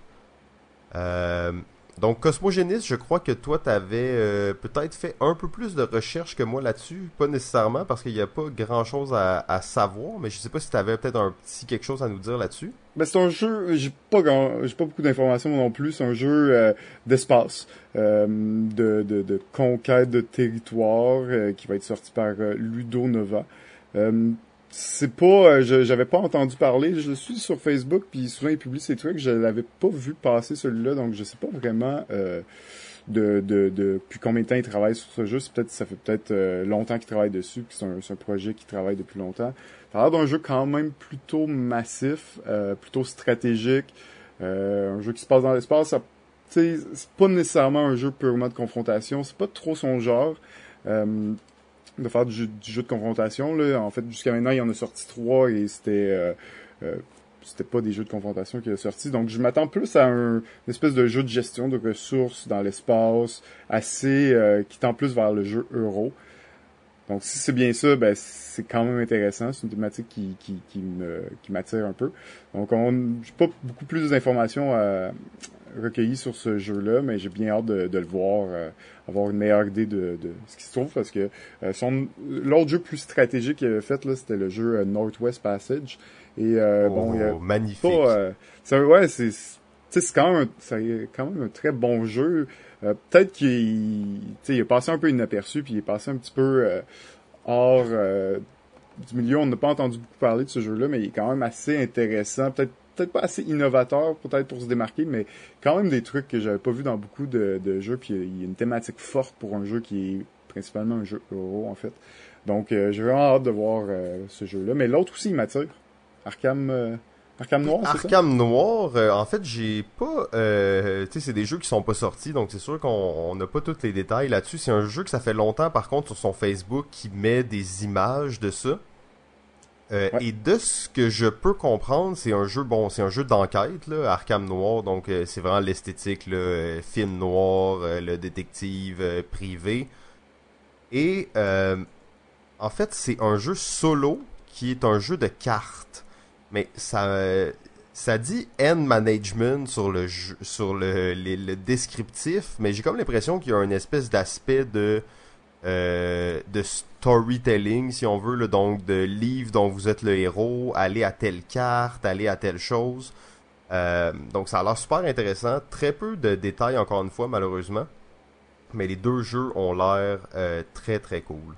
Euh, donc, Cosmogenis, je crois que toi, t'avais euh, peut-être fait un peu plus de recherche que moi là-dessus. Pas nécessairement, parce qu'il n'y a pas grand-chose à, à savoir, mais je sais pas si t'avais peut-être un petit quelque chose à nous dire là-dessus. Ben, c'est un jeu, j'ai pas grand, j'ai pas beaucoup d'informations non plus. C'est un jeu euh, d'espace, euh, de, de, de conquête de territoire euh, qui va être sorti par euh, Ludo Nova. Euh, c'est pas, euh, je, j'avais pas entendu parler. Je le suis sur Facebook, puis souvent il publie ces trucs. Je l'avais pas vu passer celui-là, donc je sais pas vraiment euh, de, de, de depuis combien de temps il travaille sur ce jeu. C'est peut-être, ça fait peut-être euh, longtemps qu'il travaille dessus, puis c'est un, c'est un projet qui travaille depuis longtemps. Ça a l'air d'un jeu quand même plutôt massif, euh, plutôt stratégique, euh, un jeu qui se passe dans l'espace. Ça, c'est pas nécessairement un jeu purement de confrontation, c'est pas trop son genre euh, de faire du jeu, du jeu de confrontation. Là. En fait, jusqu'à maintenant, il y en a sorti trois et c'était euh, euh, c'était pas des jeux de confrontation qui a sorti. Donc, je m'attends plus à un, une espèce de jeu de gestion de ressources dans l'espace, assez euh, qui tend plus vers le jeu euro. Donc, si c'est bien ça, ben c'est quand même intéressant. C'est une thématique qui, qui, qui me qui m'attire un peu. Donc, on j'ai pas beaucoup plus d'informations à recueillies sur ce jeu-là, mais j'ai bien hâte de, de le voir, euh, avoir une meilleure idée de, de ce qui se trouve, parce que euh, son l'autre jeu plus stratégique qu'il avait fait là, c'était le jeu euh, Northwest Passage. Et euh, Oh, bon, il y a magnifique. pas, euh, c'est, ouais, c'est c'est quand même un, c'est quand même un très bon jeu. Euh, peut-être qu'il il est passé un peu inaperçu, puis il est passé un petit peu euh, hors euh, du milieu. On n'a pas entendu beaucoup parler de ce jeu-là, mais il est quand même assez intéressant. Peut-être peut-être pas assez innovateur, peut-être pour se démarquer, mais quand même des trucs que j'avais pas vu dans beaucoup de, de jeux. Puis il y a une thématique forte pour un jeu qui est principalement un jeu euro, en fait. Donc euh, j'ai vraiment hâte de voir euh, ce jeu-là. Mais l'autre aussi, il m'attire. Arkham... Euh, Arkham Noir, c'est ça? Arkham Noir, euh, en fait, j'ai pas... Euh, tu sais, c'est des jeux qui sont pas sortis, donc c'est sûr qu'on n'a pas tous les détails là-dessus. C'est un jeu que ça fait longtemps, par contre, sur son Facebook, qui met des images de ça. Euh, Ouais. Et de ce que je peux comprendre, c'est un jeu, bon, c'est un jeu d'enquête, là, Arkham Noir, donc euh, c'est vraiment l'esthétique, là, euh, film noir, euh, le détective euh, privé. Et, euh, en fait, c'est un jeu solo, qui est un jeu de cartes. Mais ça, euh, ça dit end management sur le jeu, sur le, le, le descriptif, mais j'ai comme l'impression qu'il y a une espèce d'aspect de euh, de storytelling, si on veut, là, donc de livre dont vous êtes le héros, aller à telle carte, aller à telle chose. Euh, donc ça a l'air super intéressant. Très peu de détails, encore une fois, malheureusement. Mais les deux jeux ont l'air euh, très très cool.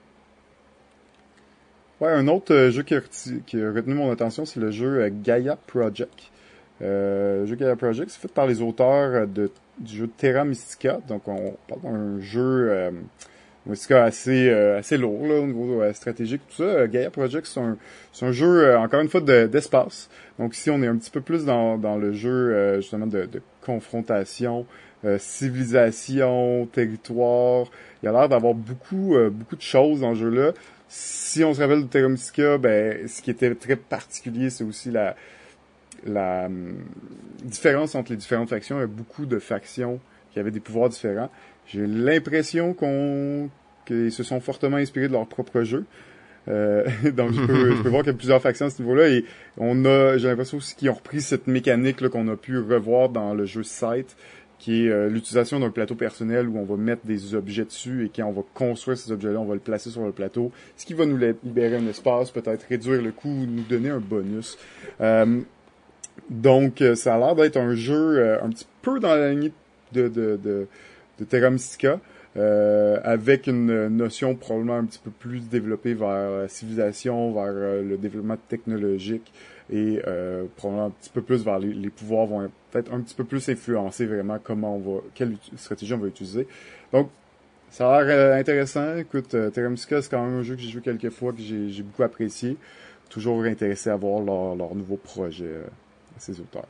Ouais, un autre euh, jeu qui a, reti- qui a retenu mon attention, c'est le jeu euh, Gaia Project. Euh, le jeu Gaia Project, c'est fait par les auteurs euh, de, du jeu Terra Mystica. Donc, on parle d'un jeu euh, Domestica assez euh, assez lourd là, au niveau euh, stratégique, tout ça. Euh, Gaia Project, c'est un, c'est un jeu, euh, encore une fois, de, d'espace. Donc ici, on est un petit peu plus dans, dans le jeu, euh, justement, de, de confrontation, euh, civilisation, territoire. Il y a l'air d'avoir beaucoup euh, beaucoup de choses dans ce jeu-là. Si on se rappelle de Terra Mystica, ben, ce qui était très particulier, c'est aussi la la hum, différence entre les différentes factions. Il y a beaucoup de factions qui avaient des pouvoirs différents. J'ai l'impression qu'on qu'ils se sont fortement inspirés de leur propre jeu. Euh, donc je peux, je peux voir qu'il y a plusieurs factions à ce niveau-là et on a, j'ai l'impression aussi qu'ils ont repris cette mécanique là, qu'on a pu revoir dans le jeu Scythe, qui est euh, l'utilisation d'un plateau personnel où on va mettre des objets dessus et quand on va construire ces objets-là, on va le placer sur le plateau, ce qui va nous libérer un espace, peut-être réduire le coût ou nous donner un bonus. Euh, donc ça a l'air d'être un jeu euh, un petit peu dans la lignée de, de, de, de Terra Mystica. Euh, avec une notion probablement un petit peu plus développée vers la civilisation, vers euh, le développement technologique et euh, probablement un petit peu plus vers les, les pouvoirs vont peut-être un petit peu plus influencer vraiment comment on va, quelle stratégie on va utiliser. Donc, ça a l'air euh, intéressant. Écoute, euh, Terra Mystica, c'est quand même un jeu que j'ai joué quelques fois, que j'ai, j'ai beaucoup apprécié. Toujours intéressé à voir leur, leur nouveau projet, euh, ces auteurs.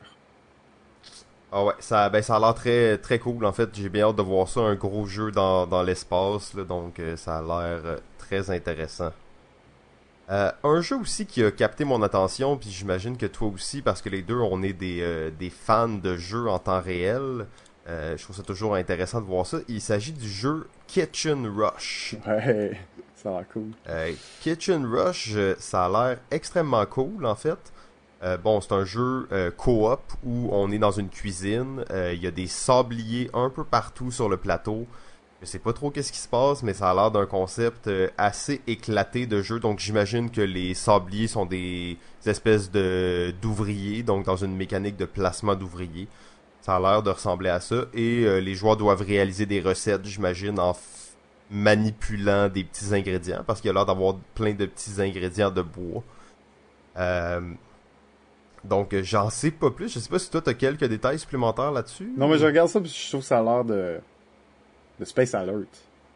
Ah ouais, ça, ben, ça a l'air très, très cool. En fait, j'ai bien hâte de voir ça, un gros jeu dans, dans l'espace, là, donc euh, ça a l'air euh, très intéressant. Euh, un jeu aussi qui a capté mon attention, puis j'imagine que toi aussi, parce que les deux, on est des, euh, des fans de jeux en temps réel. Euh, je trouve ça toujours intéressant de voir ça. Il s'agit du jeu Kitchen Rush. Ouais, ça a l'air cool. Euh, Kitchen Rush, euh, ça a l'air extrêmement cool, en fait. Euh, bon, c'est un jeu euh, coop où on est dans une cuisine. Euh, Il y a des sabliers un peu partout sur le plateau. Je sais pas trop qu'est-ce qui se passe, mais ça a l'air d'un concept euh, assez éclaté de jeu. Donc j'imagine que les sabliers sont des espèces de d'ouvriers, donc dans une mécanique de placement d'ouvriers. Ça a l'air de ressembler à ça. Et euh, les joueurs doivent réaliser des recettes, j'imagine, en f- manipulant des petits ingrédients, parce qu'il y a l'air d'avoir plein de petits ingrédients de bois. Euh, Donc, euh, j'en sais pas plus. Je sais pas si toi, t'as quelques détails supplémentaires là-dessus. Non, mais je regarde ça parce que je trouve que ça a l'air de, de Space Alert.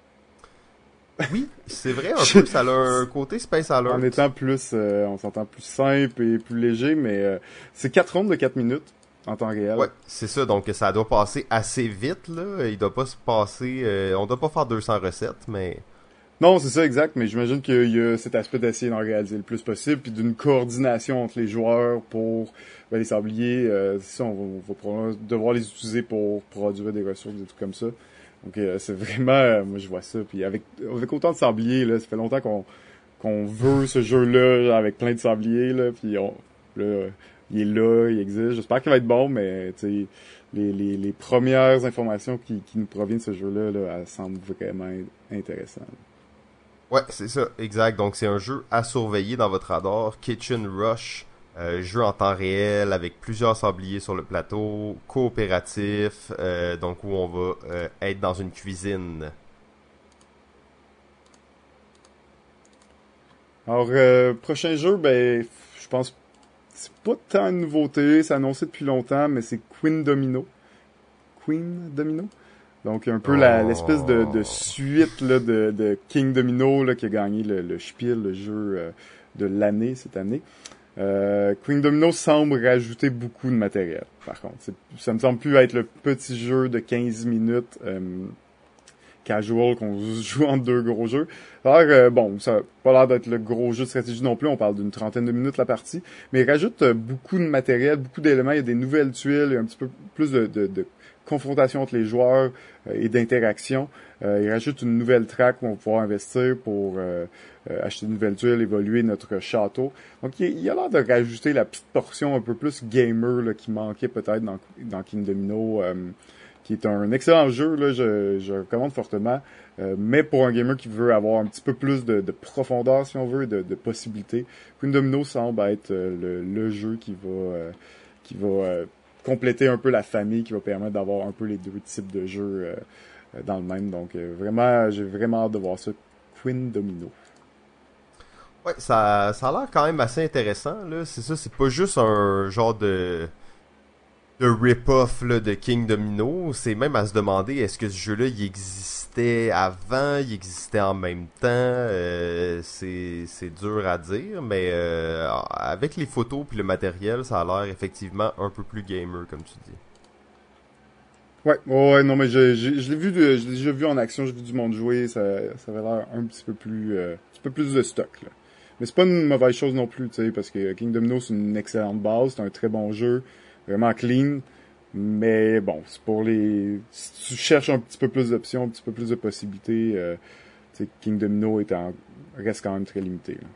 Oui, c'est vrai, un peu. Ça a un côté Space Alert. En étant plus, euh, on s'entend plus simple et plus léger, mais euh, c'est quatre rondes de quatre minutes en temps réel. Ouais, c'est ça. Donc, ça doit passer assez vite, là. Il doit pas se passer... euh, on doit pas faire deux cents recettes, mais... Non, c'est ça, exact, mais j'imagine qu'il y a cet aspect d'essayer d'en réaliser le plus possible, puis d'une coordination entre les joueurs pour ben, les sabliers. Euh, ça, on va, on va probablement devoir les utiliser pour produire des ressources, des trucs comme ça. Donc, euh, c'est vraiment... euh, moi, je vois ça. Puis avec, avec autant de sabliers, là, ça fait longtemps qu'on qu'on veut ce jeu-là, genre, avec plein de sabliers, là, puis on... Là, il est là, il existe. J'espère qu'il va être bon, mais, tu sais, les, les, les premières informations qui, qui nous proviennent de ce jeu-là, là, elles semblent vraiment intéressantes. Ouais, c'est ça, exact. Donc, c'est un jeu à surveiller dans votre radar. Kitchen Rush, euh, jeu en temps réel avec plusieurs sabliers sur le plateau, coopératif, euh, donc où on va euh, être dans une cuisine. Alors, euh, prochain jeu, ben, je pense, c'est pas tant une nouveauté, c'est annoncé depuis longtemps, mais c'est Queen Domino. Queen Domino? Donc, un peu la, l'espèce de, de suite là, de, de King Domino là, qui a gagné le, le Spiel, le jeu euh, de l'année cette année. Euh, Queen Domino semble rajouter beaucoup de matériel, par contre. C'est, ça me semble plus être le petit jeu de quinze minutes euh, casual qu'on joue entre deux gros jeux. Alors, euh, bon, ça n'a pas l'air d'être le gros jeu de stratégie non plus, on parle d'une trentaine de minutes la partie, mais il rajoute euh, beaucoup de matériel, beaucoup d'éléments, il y a des nouvelles tuiles, il y a un petit peu plus de, de, de confrontation entre les joueurs euh, et d'interaction. Euh, il rajoute une nouvelle track où on va pouvoir investir pour euh, euh, acheter de nouvelles tuiles, évoluer notre château. Donc, il, il a l'air de rajouter la petite portion un peu plus gamer là, qui manquait peut-être dans, dans King Domino, euh, qui est un excellent jeu, là, je, je recommande fortement. Euh, mais pour un gamer qui veut avoir un petit peu plus de, de profondeur, si on veut, de, de possibilités, Queen Domino semble être euh, le, le jeu qui va... Euh, qui va euh, compléter un peu la famille, qui va permettre d'avoir un peu les deux types de jeux euh, dans le même. Donc euh, vraiment, j'ai vraiment hâte de voir ça. Queen Domino. Ouais, ça, ça a l'air quand même assez intéressant, là. C'est ça, c'est pas juste un genre de... de rip-off là, de King Domino. C'est même à se demander, est-ce que ce jeu-là, il existait avant, il existait en même temps. Euh, c'est, c'est dur à dire, mais euh, avec les photos puis le matériel, ça a l'air effectivement un peu plus gamer, comme tu dis. Ouais, ouais, non, mais je, je, je l'ai vu, de, je l'ai déjà vu en action, j'ai vu du monde jouer, ça, ça avait l'air un petit peu plus, euh, un petit peu plus de stock, là. Mais c'est pas une mauvaise chose non plus, tu sais, parce que King Domino, c'est une excellente base, c'est un très bon jeu, vraiment clean, mais bon, c'est pour les, si tu cherches un petit peu plus d'options, un petit peu plus de possibilités, euh, tu sais, King Domino est en, reste quand même très limité, là.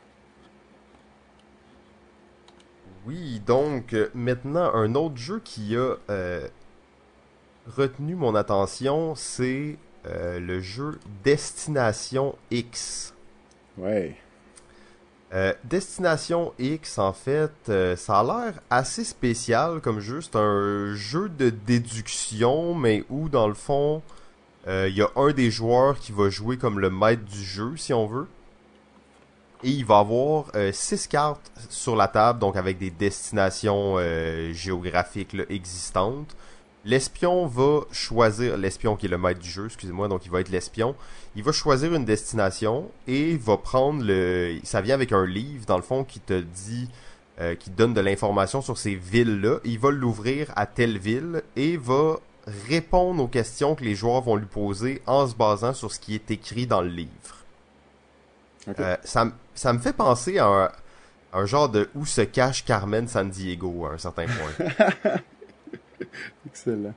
Oui, donc euh, maintenant, un autre jeu qui a euh, retenu mon attention, c'est euh, le jeu Destination X. Ouais. Euh, Destination X, en fait, euh, ça a l'air assez spécial comme jeu. C'est un jeu de déduction, mais où, dans le fond, euh, il y a un des joueurs qui va jouer comme le maître du jeu, si on veut. Et il va avoir euh, six cartes sur la table, donc avec des destinations euh, géographiques là, existantes. L'espion va choisir, l'espion qui est le maître du jeu, excusez-moi, donc il va être l'espion. Il va choisir une destination et va prendre le, ça vient avec un livre dans le fond qui te dit, euh, qui te donne de l'information sur ces villes-là. Il va l'ouvrir à telle ville et va répondre aux questions que les joueurs vont lui poser en se basant sur ce qui est écrit dans le livre. Okay. Euh, ça, ça me fait penser à un, un genre de où se cache Carmen Sandiego à un certain point. Excellent.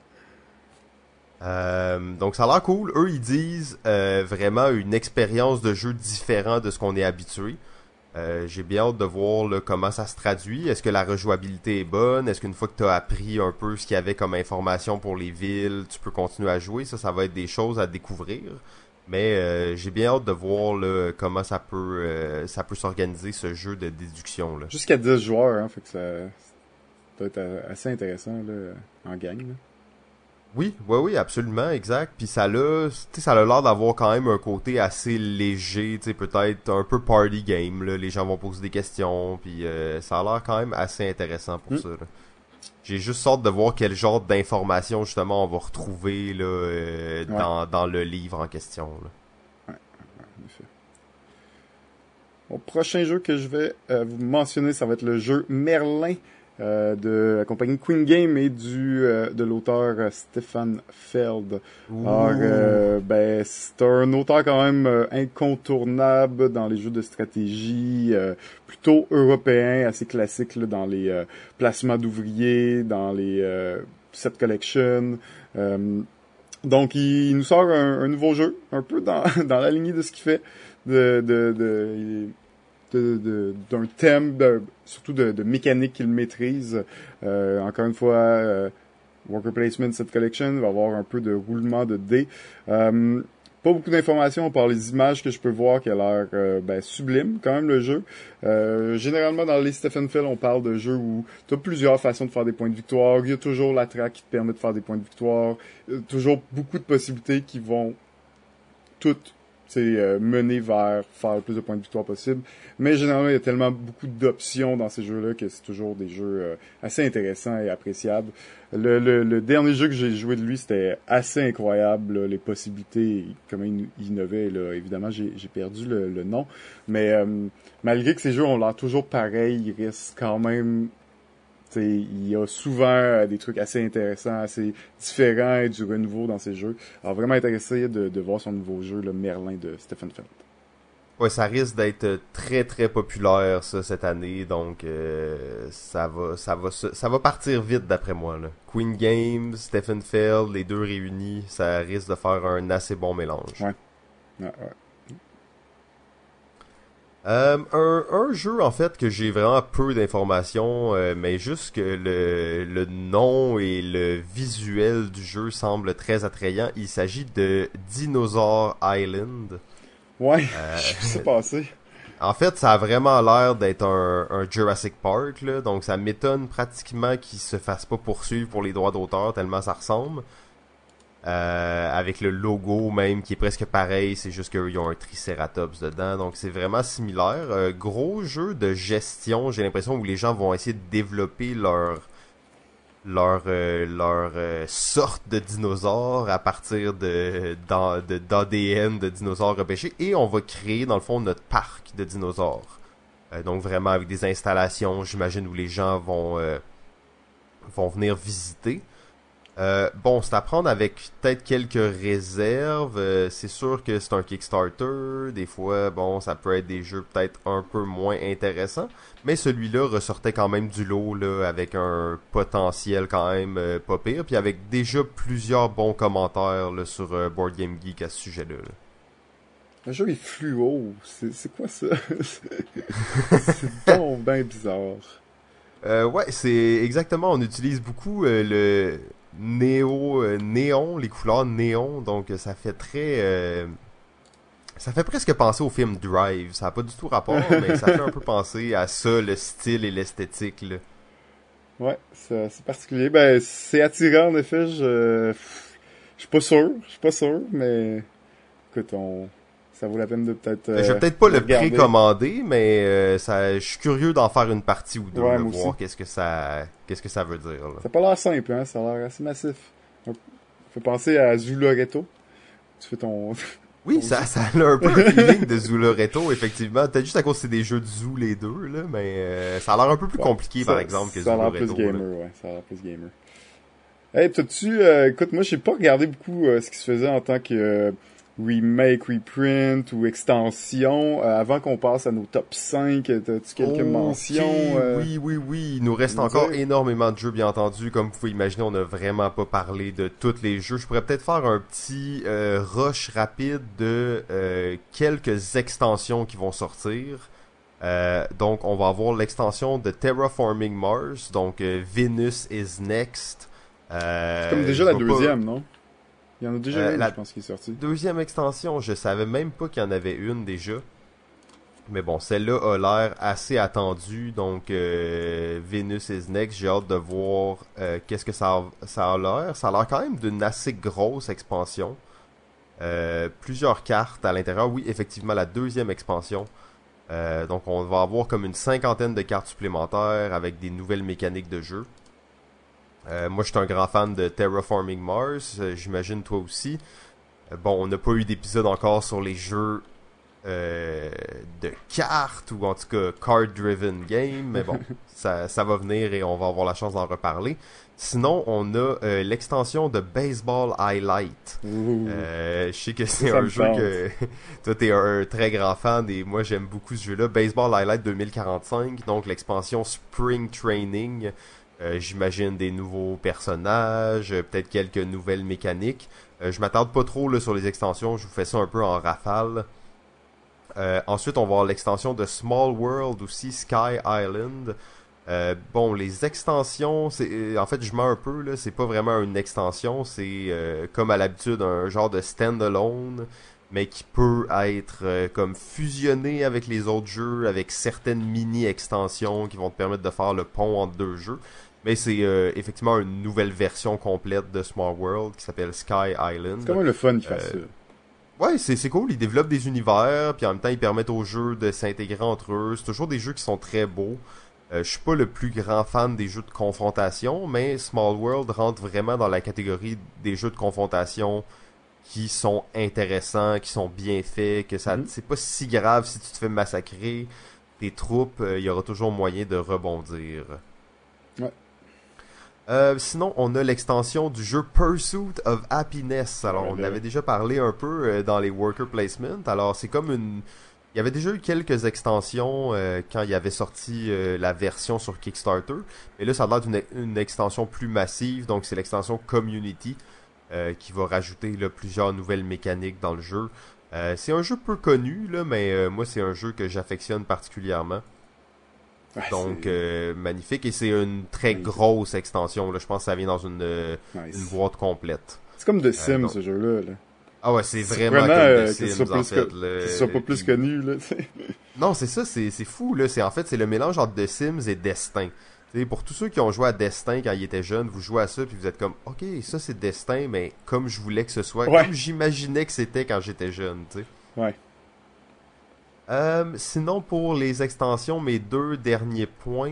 Euh, donc ça a l'air cool. Eux, ils disent euh, vraiment une expérience de jeu différente de ce qu'on est habitué. Euh, j'ai bien hâte de voir là, comment ça se traduit. Est-ce que la rejouabilité est bonne? Est-ce qu'une fois que tu as appris un peu ce qu'il y avait comme information pour les villes, tu peux continuer à jouer? Ça, ça va être des choses à découvrir. Mais euh, j'ai bien hâte de voir là, comment ça peut euh, ça peut s'organiser ce jeu de déduction là. Jusqu'à dix joueurs, hein, fait que ça, ça doit être assez intéressant là, en gang. Là. Oui, oui, oui, absolument, exact. Puis ça a, ça a l'air d'avoir quand même un côté assez léger, tu sais, peut-être un peu party game. Là. Les gens vont poser des questions, puis euh, ça a l'air quand même assez intéressant pour mm. ça. Là. J'ai juste hâte de voir quel genre d'informations justement on va retrouver là, euh, ouais. dans, dans le livre en question. Là. Ouais, en effet. Au prochain jeu que je vais euh, vous mentionner, ça va être le jeu Merlin euh, de la compagnie Queen Game et du euh, de l'auteur euh, Stefan Feld. Ouh. Alors, euh, ben, c'est un auteur quand même euh, incontournable dans les jeux de stratégie, euh, plutôt européen, assez classique là, dans les euh, placements d'ouvriers, dans les euh, set collection. Euh, donc, il, il nous sort un, un nouveau jeu, un peu dans, dans la lignée de ce qu'il fait, de, de, de, de, de d'un thème, de, surtout de, de mécanique qu'il maîtrise. Euh, encore une fois, euh, Worker Placement, Set Collection, va avoir un peu de roulement de dés. Euh, pas beaucoup d'informations par les images que je peux voir qui a l'air euh, ben, sublime quand même le jeu. Euh, généralement dans les Stephen Feld, on parle de jeux où tu as plusieurs façons de faire des points de victoire. Il y a toujours la track qui te permet de faire des points de victoire. Il y a toujours beaucoup de possibilités qui vont toutes euh, mener vers faire le plus de points de victoire possible. Mais généralement, il y a tellement beaucoup d'options dans ces jeux-là que c'est toujours des jeux euh, assez intéressants et appréciables. Le, le, le dernier jeu que j'ai joué de lui, c'était assez incroyable, là, les possibilités, comment il innovait. Là. Évidemment, j'ai, j'ai perdu le, le nom. Mais euh, malgré que ces jeux ont l'air toujours pareils, ils restent quand même... T'sais, il y a souvent des trucs assez intéressants, assez différents et du renouveau dans ces jeux. Alors vraiment intéressé de, de voir son nouveau jeu, le Merlin de Stefan Feld. Ouais, ça risque d'être très très populaire ça cette année, donc euh, ça va ça va ça va partir vite d'après moi là. Queen Games, Stefan Feld, les deux réunis, ça risque de faire un assez bon mélange. Ouais. Ouais, ouais. Euh, un, un jeu en fait que j'ai vraiment peu d'informations, euh, mais juste que le, le nom et le visuel du jeu semblent très attrayants. Il s'agit de Dinosaur Island. Ouais, euh, je sais passer. En fait, ça a vraiment l'air d'être un, un Jurassic Park, là, donc ça m'étonne pratiquement qu'il se fasse pas poursuivre pour les droits d'auteur tellement ça ressemble. Euh, avec le logo même qui est presque pareil, c'est juste qu'ils ont un Triceratops dedans, donc c'est vraiment similaire. Euh, gros jeu de gestion, j'ai l'impression, où les gens vont essayer de développer leur leur euh, leur euh, sorte de dinosaures à partir de d'A- de- d'A D N de dinosaures repêchés et on va créer dans le fond notre parc de dinosaures. Euh, donc vraiment avec des installations, j'imagine où les gens vont euh, vont venir visiter. Euh, bon, c'est à prendre avec peut-être quelques réserves. Euh, c'est sûr que c'est un Kickstarter. Des fois, bon, ça peut être des jeux peut-être un peu moins intéressants. Mais celui-là ressortait quand même du lot là, avec un potentiel quand même euh, pas pire. Puis avec déjà plusieurs bons commentaires là, sur euh, Board Game Geek à ce sujet-là. Là. Le jeu est fluo. C'est, c'est quoi ça? C'est donc bien bizarre. Euh, ouais, c'est exactement. On utilise beaucoup euh, le néo, euh, néon, les couleurs néon. Donc ça fait très... euh, Ça fait presque penser au film Drive. Ça n'a pas du tout rapport, mais ça fait un peu penser à ça, le style et l'esthétique. Là. Ouais, c'est, c'est particulier. Ben, c'est attirant, en effet. Je, je suis pas sûr. Je suis pas sûr, mais écoute, on, ça vaut la peine de peut-être. Euh, je vais peut-être pas le regarder. précommander, mais euh, ça, je suis curieux d'en faire une partie ou deux, Ouais, là, moi voir aussi. qu'est-ce que ça, qu'est-ce que ça veut dire. Là. Ça a pas l'air simple, hein. Ça a l'air assez massif. Ça fait penser à Zuloreto. Tu fais ton. Oui, ton ça, jeu. ça a un peu un feeling de Zuloreto, effectivement. Peut-être juste à cause que c'est des jeux de Zoo les deux, là, mais euh, ça a l'air un peu plus Ouais, compliqué, ça, par exemple, que ça a l'air Zuloreto. plus gamer, là. ouais. Ça a l'air plus gamer. Hey, t'as-tu, euh, écoute, moi, j'ai pas regardé beaucoup euh, ce qui se faisait en tant que euh, remake, reprint ou extension. Euh, avant qu'on passe à nos top cinq, t'as-tu quelques Ok, mentions? euh, oui, oui, oui. Il nous reste nous encore dire? énormément de jeux, bien entendu. Comme vous pouvez imaginer, on n'a vraiment pas parlé de tous les jeux. Je pourrais peut-être faire un petit euh, rush rapide de euh, quelques extensions qui vont sortir. Euh, donc, on va avoir l'extension de Terraforming Mars, donc euh, Venus is Next. Euh, C'est comme déjà je la vais pas- deuxième, non? Il y en a déjà Euh, une, la- je pense, qui est sortie. Deuxième extension, je savais même pas qu'il y en avait une déjà. Mais bon, celle-là a l'air assez attendue, donc euh, Venus is Next, j'ai hâte de voir euh, qu'est-ce que ça a, ça a l'air. Ça a l'air quand même d'une assez grosse expansion. Euh, plusieurs cartes à l'intérieur, oui, effectivement, la deuxième expansion. Euh, donc on va avoir comme une cinquantaine de cartes supplémentaires avec des nouvelles mécaniques de jeu. Euh, moi, je suis un grand fan de Terraforming Mars, euh, j'imagine toi aussi. Euh, bon, on n'a pas eu d'épisode encore sur les jeux euh, de cartes ou en tout cas card-driven game, mais bon, ça, ça va venir et on va avoir la chance d'en reparler. Sinon, on a euh, l'extension de Baseball Highlight. Ouh. Euh, je sais que c'est Ça un me jeu tente. que toi t'es un très grand fan et moi j'aime beaucoup ce jeu-là. Baseball Highlight deux mille quarante-cinq, donc l'expansion Spring Training. Euh, J'imagine des nouveaux personnages, euh, peut-être quelques nouvelles mécaniques. Euh, je m'attarde pas trop là, sur les extensions, je vous fais ça un peu en rafale. Euh, ensuite, on va avoir l'extension de Small World aussi, Sky Island. Euh, bon, les extensions, c'est euh, en fait, je mens un peu là, c'est pas vraiment une extension, c'est euh, comme à l'habitude un genre de standalone, mais qui peut être euh, comme fusionné avec les autres jeux, avec certaines mini-extensions qui vont te permettre de faire le pont entre deux jeux. Mais c'est euh, effectivement une nouvelle version complète de Small World qui s'appelle Sky Island. C'est quand même le fun qu'ils fassent Euh, ça. Ouais, c'est c'est cool, ils développent des univers, puis en même temps ils permettent aux jeux de s'intégrer entre eux. C'est toujours des jeux qui sont très beaux. Euh, je suis pas le plus grand fan des jeux de confrontation, mais Small World rentre vraiment dans la catégorie des jeux de confrontation qui sont intéressants, qui sont bien faits, que ça Mhm. c'est pas si grave si tu te fais massacrer tes troupes, euh, il y aura toujours moyen de rebondir. Ouais. Euh, sinon, on a l'extension du jeu Pursuit of Happiness. Alors, Ouais, on là. avait déjà parlé un peu euh, dans les worker placement. Alors, c'est comme une... Il y avait déjà eu quelques extensions euh, quand il y avait sorti euh, la version sur Kickstarter. Mais là, ça a l'air d'une une extension plus massive. Donc, c'est l'extension Community euh, qui va rajouter là, plusieurs nouvelles mécaniques dans le jeu. Euh, c'est un jeu peu connu, là, mais euh, moi, c'est un jeu que j'affectionne particulièrement. Ouais, Donc, c'est euh, magnifique. Et c'est une très magnifique. grosse extension. Là. Je pense que ça vient dans une, euh, nice. une boîte complète. C'est comme The Sims, donc- ce jeu-là. Là. Ah ouais, c'est C'est vraiment, vraiment, comme euh, The que ce soit Sims, en plus fait. que- là. Qu'il soit pas plus Il- connu, là, tu sais. Non, c'est ça, c'est c'est fou. Là. C'est En fait, c'est le mélange entre The Sims et Destin. Tu sais, pour tous ceux qui ont joué à Destin quand ils étaient jeunes, vous jouez à ça puis vous êtes comme, ok, ça c'est Destin, mais comme je voulais que ce soit, Ouais. comme j'imaginais que c'était quand j'étais jeune, tu sais. Ouais. Euh, sinon, pour les extensions, mes deux derniers points,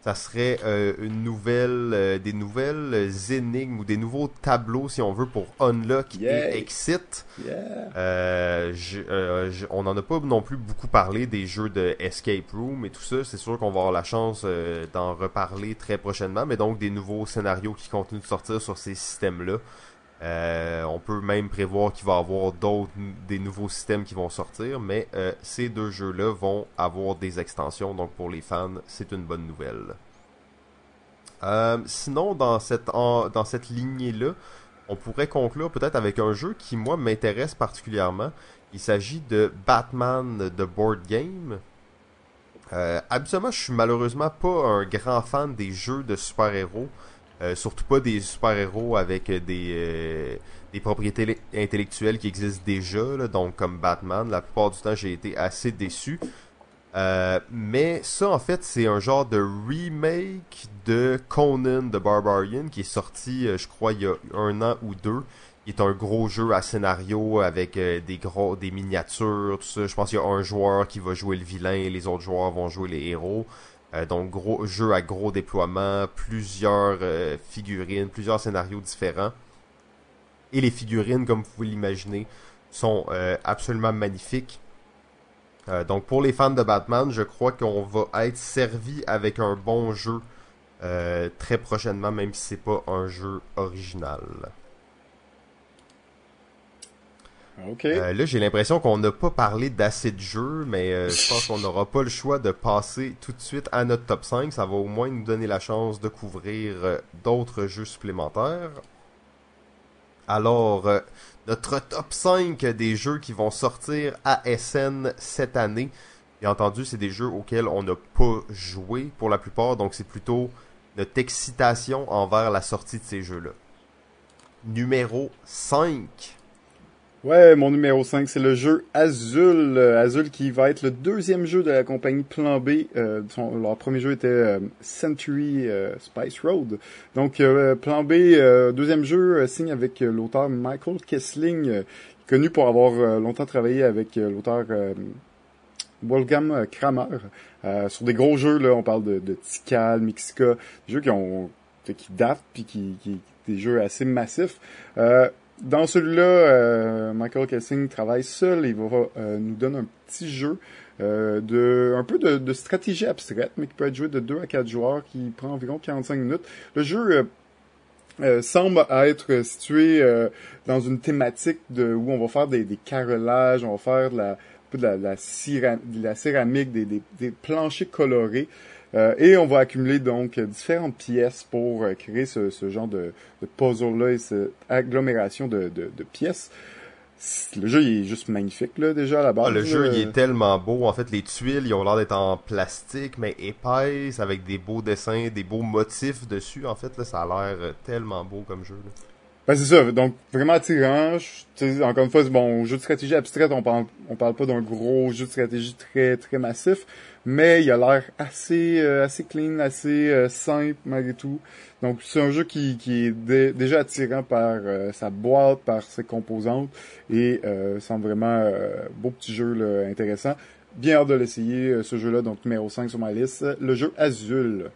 ça serait euh, une nouvelle, euh, des nouvelles énigmes ou des nouveaux tableaux, si on veut, pour Unlock Yeah. et Exit. Yeah. Euh, je- euh, je- on n'en a pas non plus beaucoup parlé des jeux de Escape Room et tout ça. C'est sûr qu'on va avoir la chance euh, d'en reparler très prochainement, mais donc des nouveaux scénarios qui continuent de sortir sur ces systèmes-là. Euh, on peut même prévoir qu'il va y avoir d'autres, des nouveaux systèmes qui vont sortir, mais euh, ces deux jeux-là vont avoir des extensions, donc pour les fans, c'est une bonne nouvelle. Euh, sinon, dans cette, en- dans cette lignée-là, on pourrait conclure peut-être avec un jeu qui, moi, m'intéresse particulièrement. Il s'agit de Batman The Board Game. Euh, habituellement, je suis malheureusement pas un grand fan des jeux de super-héros. Euh, surtout pas des super-héros avec euh, des, euh, des propriétés lé- intellectuelles qui existent déjà, là, donc comme Batman. La plupart du temps, j'ai été assez déçu. Euh, mais ça, en fait, c'est un genre de remake de Conan the Barbarian qui est sorti, euh, je crois, il y a un an ou deux. Il est un gros jeu à scénario avec euh, des gros, des miniatures, tout ça. Je pense qu'il y a un joueur qui va jouer le vilain et les autres joueurs vont jouer les héros. Euh, donc, gros jeu à gros déploiement, plusieurs euh, figurines, plusieurs scénarios différents. Et les figurines, comme vous pouvez l'imaginer, sont euh, absolument magnifiques. Euh, donc, pour les fans de Batman, je crois qu'on va être servi avec un bon jeu euh, très prochainement, même si c'est pas un jeu original. OK. Euh, là, j'ai l'impression qu'on n'a pas parlé d'assez de jeux, mais euh, je pense qu'on n'aura pas le choix de passer tout de suite à notre top cinq. Ça va au moins nous donner la chance de couvrir euh, d'autres jeux supplémentaires. Alors, euh, notre top cinq des jeux qui vont sortir à S N cette année. Bien entendu, c'est des jeux auxquels on n'a pas joué pour la plupart, donc c'est plutôt notre excitation envers la sortie de ces jeux-là. Numéro cinq. Ouais, mon numéro cinq, c'est le jeu Azul. Euh, Azul qui va être le deuxième jeu de la compagnie Plan B. Euh, son- leur premier jeu était euh, Century euh, Spice Road. Donc, euh, Plan B, euh, deuxième jeu, euh, signe avec euh, l'auteur Michael Kessling, euh, connu pour avoir euh, longtemps travaillé avec euh, l'auteur euh, Wolfgang Kramer. Euh, sur des gros jeux, là, on parle de, de Tikal, Mixica, des jeux qui ont qui datent, puis qui, qui des jeux assez massifs. Euh, Dans celui-là, euh, Michael Kessling travaille seul. Il va euh, nous donner un petit jeu euh, de un peu de, de stratégie abstraite, mais qui peut être joué de deux à quatre joueurs, qui prend environ quarante-cinq minutes. Le jeu euh, euh, semble être situé euh, dans une thématique de où on va faire des, des carrelages, on va faire de la, un peu de la, de la, céra- de la céramique, des, des, des planchers colorés. Euh, et on va accumuler donc différentes pièces pour euh, créer ce, ce genre de, de puzzle-là et cette agglomération de, de, de pièces. Le jeu il est juste magnifique là déjà à la base. Ah, le là. jeu, il est tellement beau. En fait, les tuiles, ils ont l'air d'être en plastique, mais épaisses, avec des beaux dessins, des beaux motifs dessus. En fait, là, ça a l'air euh, tellement beau comme jeu. Là. Ben c'est ça, donc vraiment attirant. Je- tu sais, encore une fois, c'est bon, jeu de stratégie abstraite, on parle, on parle pas d'un gros jeu de stratégie très très massif, mais il a l'air assez euh, assez clean, assez euh, simple malgré tout. Donc c'est un jeu qui qui est dé- déjà attirant par euh, sa boîte, par ses composantes et euh, semble vraiment euh, beau petit jeu là, intéressant. Bien hâte de l'essayer euh, ce jeu-là, donc numéro cinq sur ma liste, le jeu Azul.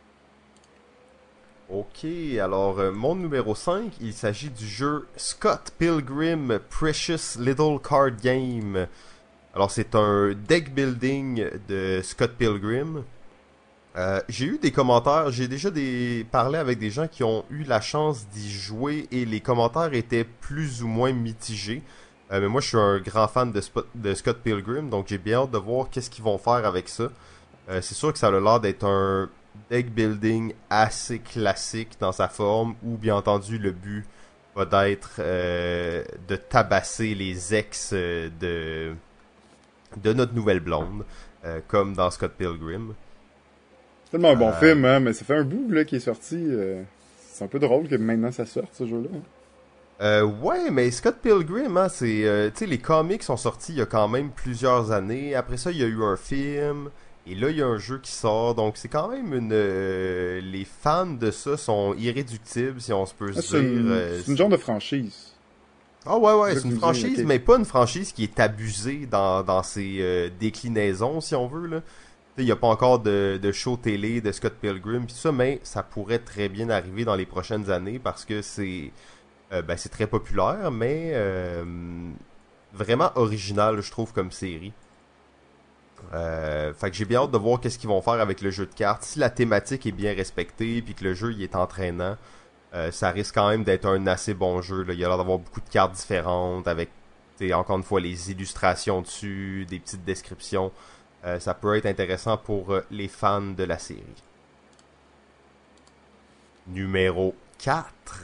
Ok, alors euh, mon numéro cinq, il s'agit du jeu Scott Pilgrim Precious Little Card Game. Alors c'est un deck building de Scott Pilgrim. Euh, j'ai eu des commentaires, j'ai déjà des... parlé avec des gens qui ont eu la chance d'y jouer et les commentaires étaient plus ou moins mitigés. Euh, mais moi je suis un grand fan de, Sp- de Scott Pilgrim, donc j'ai bien hâte de voir qu'est-ce qu'ils vont faire avec ça. Euh, c'est sûr que ça a l'air d'être un deck building assez classique dans sa forme, où bien entendu le but va d'être euh, de tabasser les ex euh, de de notre nouvelle blonde, euh, comme dans Scott Pilgrim. C'est tellement un bon Euh, film, hein, mais ça fait un bout là qui est sorti. euh, c'est un peu drôle que maintenant ça sorte ce jeu-là. Euh, ouais, mais Scott Pilgrim, hein, c'est, euh, tu sais, les comics sont sortis il y a quand même plusieurs années. Après ça, il y a eu un film, et là, il y a un jeu qui sort. Donc, c'est quand même une, euh, les fans de ça sont irréductibles, si on se peut Ah, se c'est dire. une, euh, c'est une genre de franchise. Ah ouais, ouais, C'est ça c'est que une tu me dis, franchise, ok. mais pas une franchise qui est abusée dans, dans ses euh, déclinaisons, si on veut, là. il n'y a pas encore de, de show télé de Scott Pilgrim, pis ça, mais ça pourrait très bien arriver dans les prochaines années parce que c'est euh, ben, c'est très populaire, mais euh, vraiment original, je trouve, comme série. Euh, fait que j'ai bien hâte de voir qu'est-ce qu'ils vont faire avec le jeu de cartes. Si la thématique est bien respectée, puis que le jeu il est entraînant, euh, ça risque quand même d'être un assez bon jeu. Là. Il y a l'air d'avoir beaucoup de cartes différentes, avec, encore une fois, les illustrations dessus, des petites descriptions. Euh, ça peut être intéressant pour euh, les fans de la série. Numéro quatre.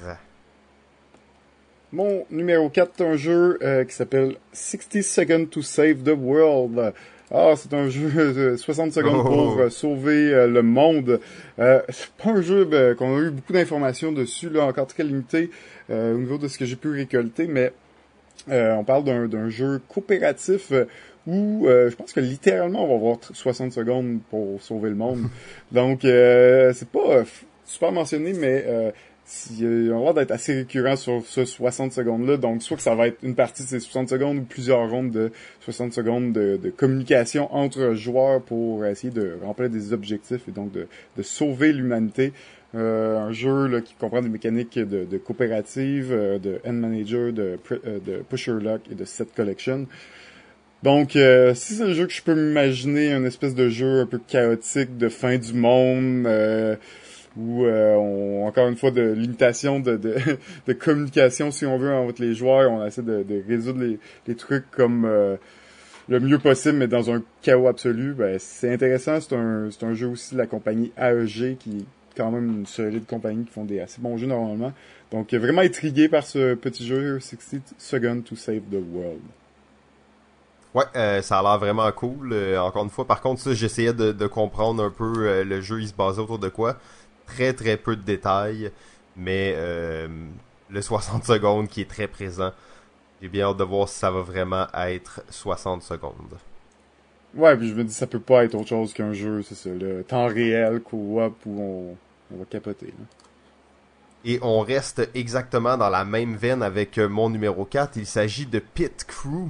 Mon numéro quatre, c'est un jeu euh, qui s'appelle sixty seconds to Save the World. Ah, c'est un jeu de soixante secondes Oh. pour euh, sauver euh, le monde. Euh, c'est pas un jeu ben, qu'on a eu beaucoup d'informations dessus, là, encore très limité euh, au niveau de ce que j'ai pu récolter, mais euh, on parle d'un, d'un jeu coopératif euh, où euh, je pense que littéralement on va avoir soixante secondes pour sauver le monde. Donc euh, c'est pas euh, super mentionné, mais euh, il va avoir d'être assez récurrent sur ce soixante secondes-là. Donc, soit que ça va être une partie de ces soixante secondes ou plusieurs rondes de soixante secondes de, de communication entre joueurs pour essayer de remplir des objectifs et donc de, de sauver l'humanité. Euh, un jeu là, qui comprend des mécaniques de, de coopérative, euh, de End Manager, de, euh, de Pusher Luck et de Set Collection. Donc, euh, si c'est un jeu que je peux m'imaginer, une espèce de jeu un peu chaotique de fin du monde, euh, où euh, on, encore une fois de limitation de, de, de communication si on veut entre les joueurs, on essaie de, de résoudre les, les trucs comme euh, le mieux possible mais dans un chaos absolu. Ben c'est intéressant, c'est un c'est un jeu aussi de la compagnie A E G qui est quand même une solide compagnie qui font des assez bons jeux normalement. Donc vraiment intrigué par ce petit jeu sixty seconds to Save the World. Ouais, euh, ça a l'air vraiment cool. Euh, encore une fois, par contre, ça, j'essayais de, de comprendre un peu euh, le jeu, il se basait autour de quoi. Très très peu de détails, mais euh, le soixante secondes qui est très présent. J'ai bien hâte de voir si ça va vraiment être soixante secondes. Ouais, puis je me dis ça peut pas être autre chose qu'un jeu, c'est ça, le temps réel, co-op, où on, on va capoter. Là. Et on reste exactement dans la même veine avec mon numéro quatre. Il s'agit de Pit Crew.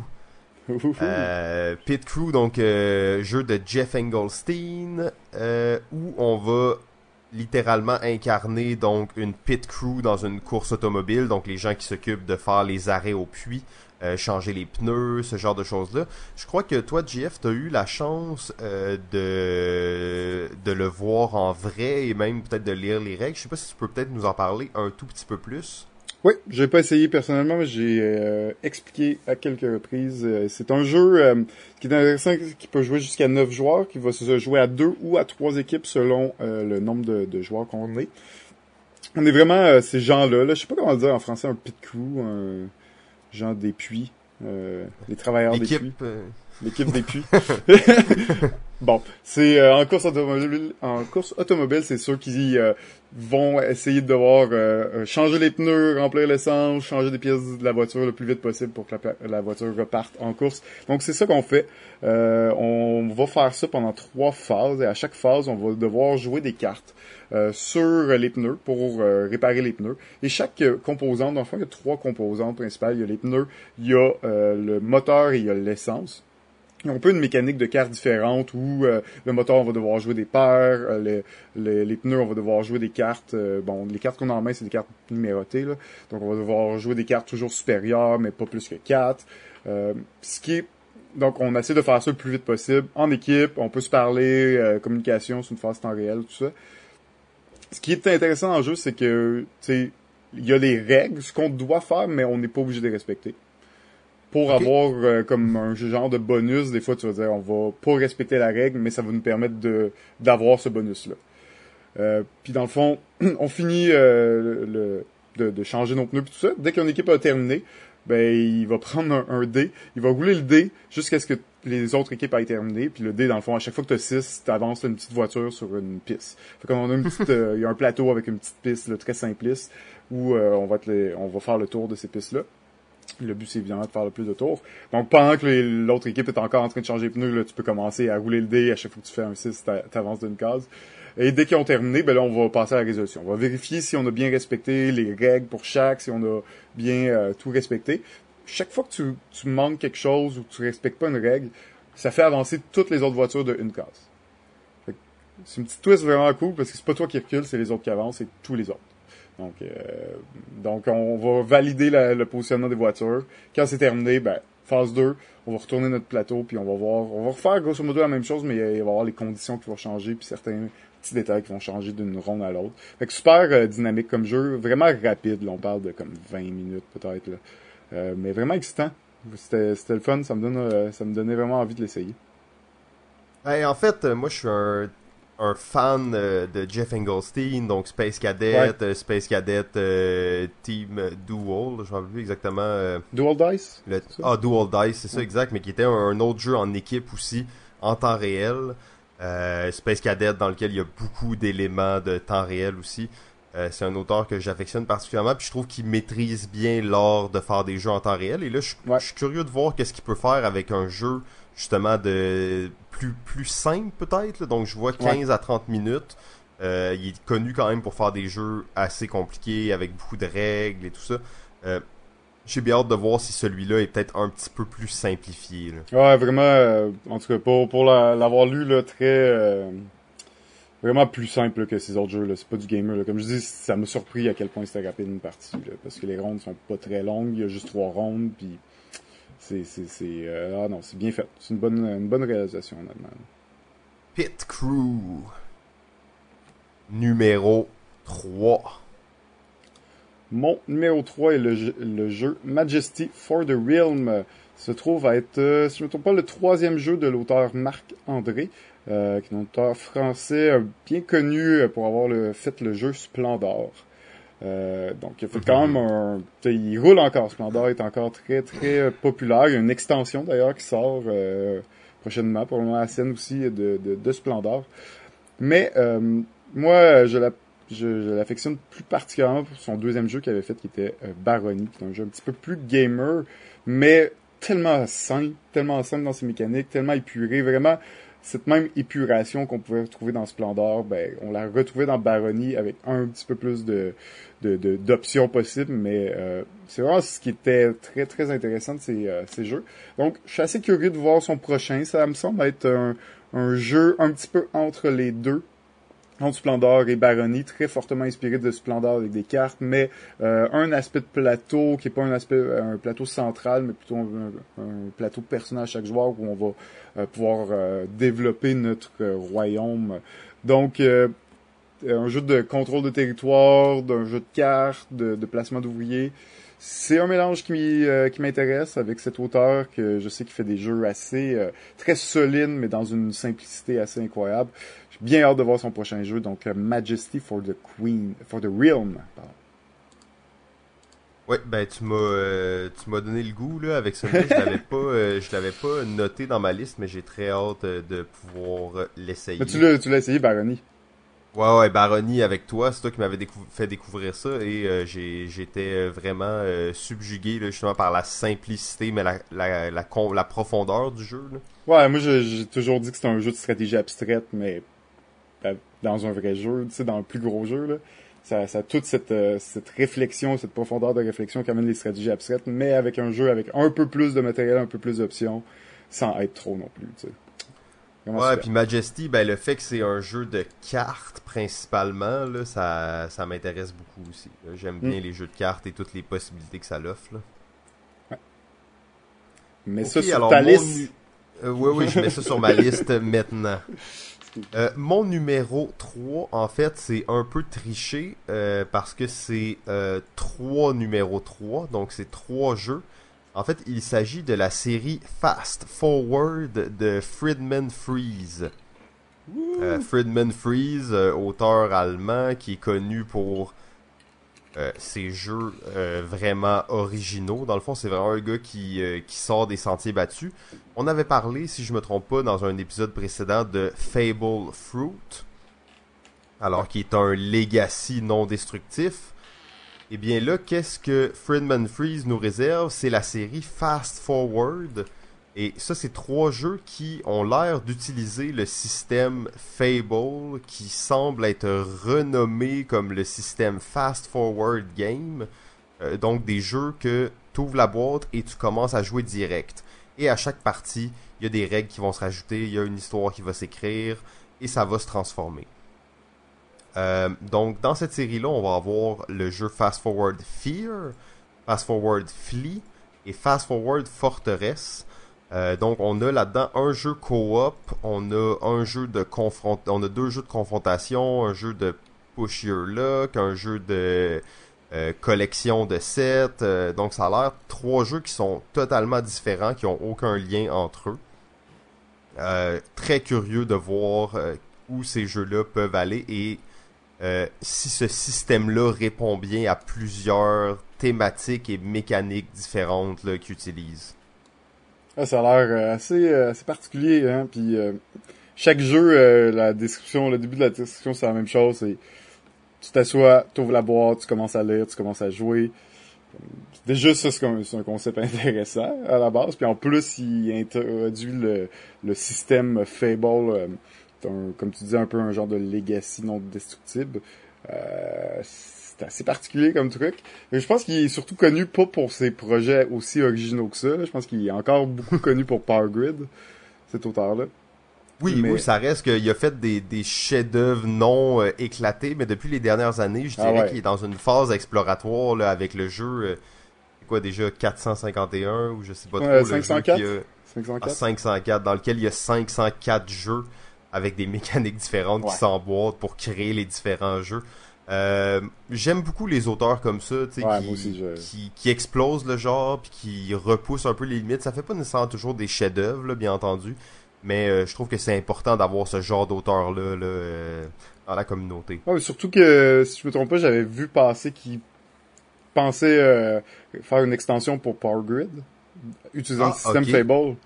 euh, Pit Crew, donc euh, jeu de Jeff Engelstein, euh, où on va littéralement incarner donc une pit crew dans une course automobile, donc les gens qui s'occupent de faire les arrêts au puits, euh, changer les pneus, ce genre de choses-là. Je crois que toi, J F, t'as eu la chance euh, de de le voir en vrai et même peut-être de lire les règles. Je sais pas si tu peux peut-être nous en parler un tout petit peu plus. Oui, j'ai pas essayé personnellement, mais j'ai euh, expliqué à quelques reprises. Euh, c'est un jeu euh, qui est intéressant, qui peut jouer jusqu'à neuf joueurs, qui va se jouer à deux ou à trois équipes selon euh, le nombre de, de joueurs qu'on est. On est vraiment euh, ces gens-là, là, je sais pas comment le dire en français, un pit crew, un genre des puits, euh, les travailleurs L'équipe, des puits. euh, L'équipe des puits. Bon, c'est euh, en course automobile. En course automobile, c'est ceux qui euh, vont essayer de devoir euh, changer les pneus, remplir l'essence, changer des pièces de la voiture le plus vite possible pour que la, la voiture reparte en course. Donc c'est ça qu'on fait. Euh, on va faire ça pendant trois phases et à chaque phase, on va devoir jouer des cartes euh, sur les pneus pour euh, réparer les pneus. Et chaque euh, composante, dans le fond, il y a trois composantes principales. Il y a les pneus, il y a euh, le moteur et il y a l'essence. Ils ont un peu une mécanique de cartes différente où euh, le moteur, on va devoir jouer des paires, euh, les, les, les pneus, on va devoir jouer des cartes. Euh, bon, les cartes qu'on a en main, c'est des cartes numérotées, là. Donc, on va devoir jouer des cartes toujours supérieures, mais pas plus que quatre. Euh, ce qui est... Donc, on essaie de faire ça le plus vite possible. En équipe, on peut se parler, euh, communication, c'est une phase temps réel, tout ça. Ce qui est intéressant dans le jeu, c'est que, tu sais, il y a des règles, ce qu'on doit faire, mais on n'est pas obligé de les respecter. Pour okay. avoir euh, comme un genre de bonus, des fois tu vas dire on va pas respecter la règle, mais ça va nous permettre de d'avoir ce bonus-là. Euh, puis dans le fond, on finit euh, le, de, de changer nos pneus et tout ça. Dès qu'une équipe a terminé, ben il va prendre un, un dé, il va rouler le dé jusqu'à ce que les autres équipes aient terminé. Puis le dé, dans le fond, à chaque fois que tu as six, tu avances une petite voiture sur une piste. Fait qu'on a une petite, euh, il y a un plateau avec une petite piste là, très simpliste où euh, on va te les, on va faire le tour de ces pistes-là. Le but, c'est évidemment de faire le plus de tours. Donc, pendant que les, l'autre équipe est encore en train de changer les pneus, là, tu peux commencer à rouler le dé. À chaque fois que tu fais un six, t'avances d'une case. Et dès qu'ils ont terminé, ben là, on va passer à la résolution. On va vérifier si on a bien respecté les règles pour chaque, si on a bien euh, tout respecté. Chaque fois que tu, tu manques quelque chose ou que tu respectes pas une règle, ça fait avancer toutes les autres voitures de une case. c'est une petite twist vraiment cool parce que c'est pas toi qui recule, c'est les autres qui avancent, c'est tous les autres. Donc, euh, donc on va valider la, le positionnement des voitures. Quand c'est terminé, ben, phase deux, on va retourner notre plateau, puis on va voir, on va refaire grosso modo la même chose, mais il va y avoir les conditions qui vont changer, puis certains petits détails qui vont changer d'une ronde à l'autre. Fait que super euh, dynamique comme jeu, vraiment rapide, là, on parle de comme vingt minutes peut-être, là. Euh, mais vraiment excitant. C'était, c'était le fun, ça me donne, euh, ça me donnait vraiment envie de l'essayer. Ben, en fait, euh, moi, je suis un, un fan euh, de Jeff Engelstein, donc Space Cadet, Ouais. euh, Space Cadet euh, Team Duel, je ne me rappelle plus exactement. euh, Dual Dice? le, C'est ça? ah, Dual Dice, c'est ça, Ouais. exact, mais qui était un, un autre jeu en équipe aussi, en temps réel. Euh, Space Cadet, dans lequel il y a beaucoup d'éléments de temps réel aussi. Euh, c'est un auteur que j'affectionne particulièrement, puis je trouve qu'il maîtrise bien l'art de faire des jeux en temps réel. Et là, je, Ouais. je suis curieux de voir qu'est-ce qu'il peut faire avec un jeu justement de plus plus simple peut-être. Là. Donc je vois quinze à trente minutes. Euh, il est connu quand même pour faire des jeux assez compliqués avec beaucoup de règles et tout ça. Euh, j'ai bien hâte de voir si celui-là est peut-être un petit peu plus simplifié. Là. Ouais, vraiment, euh, en tout cas, pour, pour la- l'avoir lu, là, très, euh, vraiment plus simple là, que ces autres jeux, là. C'est pas du gamer, là. Comme je dis, ça m'a surpris à quel point c'était rapide une partie, là, parce que les rondes sont pas très longues, il y a juste trois rondes, puis c'est, c'est, c'est, euh, ah non, c'est bien fait. C'est une bonne, une bonne réalisation, honnêtement. Pit Crew numéro trois. Mon numéro trois est le jeu, le jeu Majesty for the Realm. Euh, se trouve à être, euh, si je ne me trompe pas, le troisième jeu de l'auteur Marc-André, euh, qui est un auteur français euh, bien connu euh, pour avoir le, fait le jeu Splendor. Euh, donc, il a fait quand même un... tu sais, il roule encore. Splendor est encore très, très euh, populaire. Il y a une extension, d'ailleurs, qui sort euh, prochainement, probablement à la scène aussi, de, de, de Splendor. Mais euh, moi, je la je, je l'affectionne plus particulièrement pour son deuxième jeu qu'il avait fait, qui était euh, Barony, qui est un jeu un petit peu plus gamer, mais tellement simple, tellement simple dans ses mécaniques, tellement épuré, vraiment, cette même épuration qu'on pouvait retrouver dans Splendor, ben, on l'a retrouvée dans Barony avec un petit peu plus de, de, de d'options possibles, mais euh, c'est vraiment ce qui était très, très intéressant de ces, euh, ces jeux. Donc, je suis assez curieux de voir son prochain, ça me semble être un, un jeu un petit peu entre les deux, entre Splendor et Barony, très fortement inspiré de Splendor avec des cartes, mais euh, un aspect de plateau qui est pas un aspect un plateau central, mais plutôt un, un plateau de personnage à chaque joueur où on va euh, pouvoir euh, développer notre euh, royaume. Donc euh, un jeu de contrôle de territoire, d'un jeu de cartes, de, de placement d'ouvriers. C'est un mélange qui, m'y, euh, qui m'intéresse avec cet auteur que je sais qu'il fait des jeux assez euh, très solides, mais dans une simplicité assez incroyable. J'ai bien hâte de voir son prochain jeu, donc euh, Majesty for the Queen, for the Realm. Pardon. Ouais, ben tu m'as euh, tu m'as donné le goût là avec celui-là. Je l'avais pas euh, je l'avais pas noté dans ma liste, mais j'ai très hâte euh, de pouvoir euh, l'essayer. Mais tu l'as, tu l'as essayé, Barony. Ouais, ouais, Barony avec toi, c'est toi qui m'avais décou- fait découvrir ça et euh, j'ai j'étais euh, vraiment euh, subjugué là, justement par la simplicité, mais la la la, con- la profondeur du jeu là. Ouais, moi j'ai, j'ai toujours dit que c'était un jeu de stratégie abstraite, mais euh, dans un vrai jeu, tu sais, dans un plus gros jeu, là. Ça, ça a toute cette, euh, cette réflexion, cette profondeur de réflexion qu'amènent les stratégies abstraites, mais avec un jeu avec un peu plus de matériel, un peu plus d'options, sans être trop non plus, tu sais. Vraiment Ouais, super. puis Majesty, ben le fait que c'est un jeu de cartes principalement là, ça ça m'intéresse beaucoup aussi. là. J'aime bien Mm. les jeux de cartes et toutes les possibilités que ça l'offre là. Mais Ok, ça sur alors ta mon liste. nu- euh, oui, oui, je mets ça sur ma liste maintenant. Euh, mon numéro trois, en fait, c'est un peu triché euh, parce que c'est euh, trois numéro trois, donc c'est trois jeux. En fait, il s'agit de la série Fast Forward de Friedman Freeze. Euh, Friedman Freeze, euh, auteur allemand qui est connu pour euh, ses jeux euh, vraiment originaux. Dans le fond, c'est vraiment un gars qui, euh, qui sort des sentiers battus. On avait parlé, si je me trompe pas, dans un épisode précédent de Fable Fruit, alors qui est un legacy non destructif. Et bien là, qu'est-ce que Friedman Freeze nous réserve? C'est la série Fast Forward. Et ça, c'est trois jeux qui ont l'air d'utiliser le système Fable, qui semble être renommé comme le système Fast Forward Game. Euh, donc des jeux que tu ouvres la boîte et tu commences à jouer direct. Et à chaque partie, il y a des règles qui vont se rajouter, il y a une histoire qui va s'écrire. et ça va se transformer. Euh, donc, dans cette série-là, on va avoir le jeu Fast Forward Fear, Fast Forward Flee et Fast Forward Fortress. Euh, donc, on a là-dedans un jeu co-op, on a un jeu de confront, on a deux jeux de confrontation, un jeu de push your luck, un jeu de euh, collection de sets. Euh, donc, ça a l'air trois jeux qui sont totalement différents, qui ont aucun lien entre eux. Euh, très curieux de voir euh, où ces jeux-là peuvent aller et Euh, si ce système-là répond bien à plusieurs thématiques et mécaniques différentes là, qu'ils utilisent. Ah, ça a l'air euh, assez, euh, assez particulier, hein. Puis euh, chaque jeu, euh, la description, le début de la description, c'est la même chose. C'est tu t'assois, tu ouvres la boîte, tu commences à lire, tu commences à jouer. Déjà, ça, c'est un, c'est un concept intéressant à la base. Puis en plus, il introduit le, le système Fable. Euh, Un, comme tu disais, un peu un genre de legacy non destructible. Euh, c'est assez particulier comme truc. Et je pense qu'il est surtout connu pas pour ses projets aussi originaux que ça. Là. Je pense qu'il est encore beaucoup connu pour Power Grid, cet auteur-là. Oui, mais... oui, ça reste qu'il a fait des, des chefs-d'œuvre non euh, éclatés, mais depuis les dernières années, je dirais ah ouais. qu'il est dans une phase exploratoire là, avec le jeu, euh, c'est quoi déjà, quatre cent cinquante et un, ou je sais pas trop, ouais, cinq cent quatre? Le jeu qui a... cinq cent quatre? Ah, cinq cent quatre, dans lequel il y a cinq cent quatre jeux avec des mécaniques différentes ouais. qui s'emboîtent pour créer les différents jeux. Euh, j'aime beaucoup les auteurs comme ça, tu sais, ouais, qui, aussi, je... qui, qui explosent le genre puis qui repoussent un peu les limites. Ça fait pas nécessairement toujours des chefs-d'œuvre, là, bien entendu, mais euh, je trouve que c'est important d'avoir ce genre d'auteur-là là, euh, dans la communauté. Ouais, surtout que, si je me trompe pas, j'avais vu passer qu'il pensait euh, faire une extension pour Power Grid, utilisant ah, le système okay. Fable.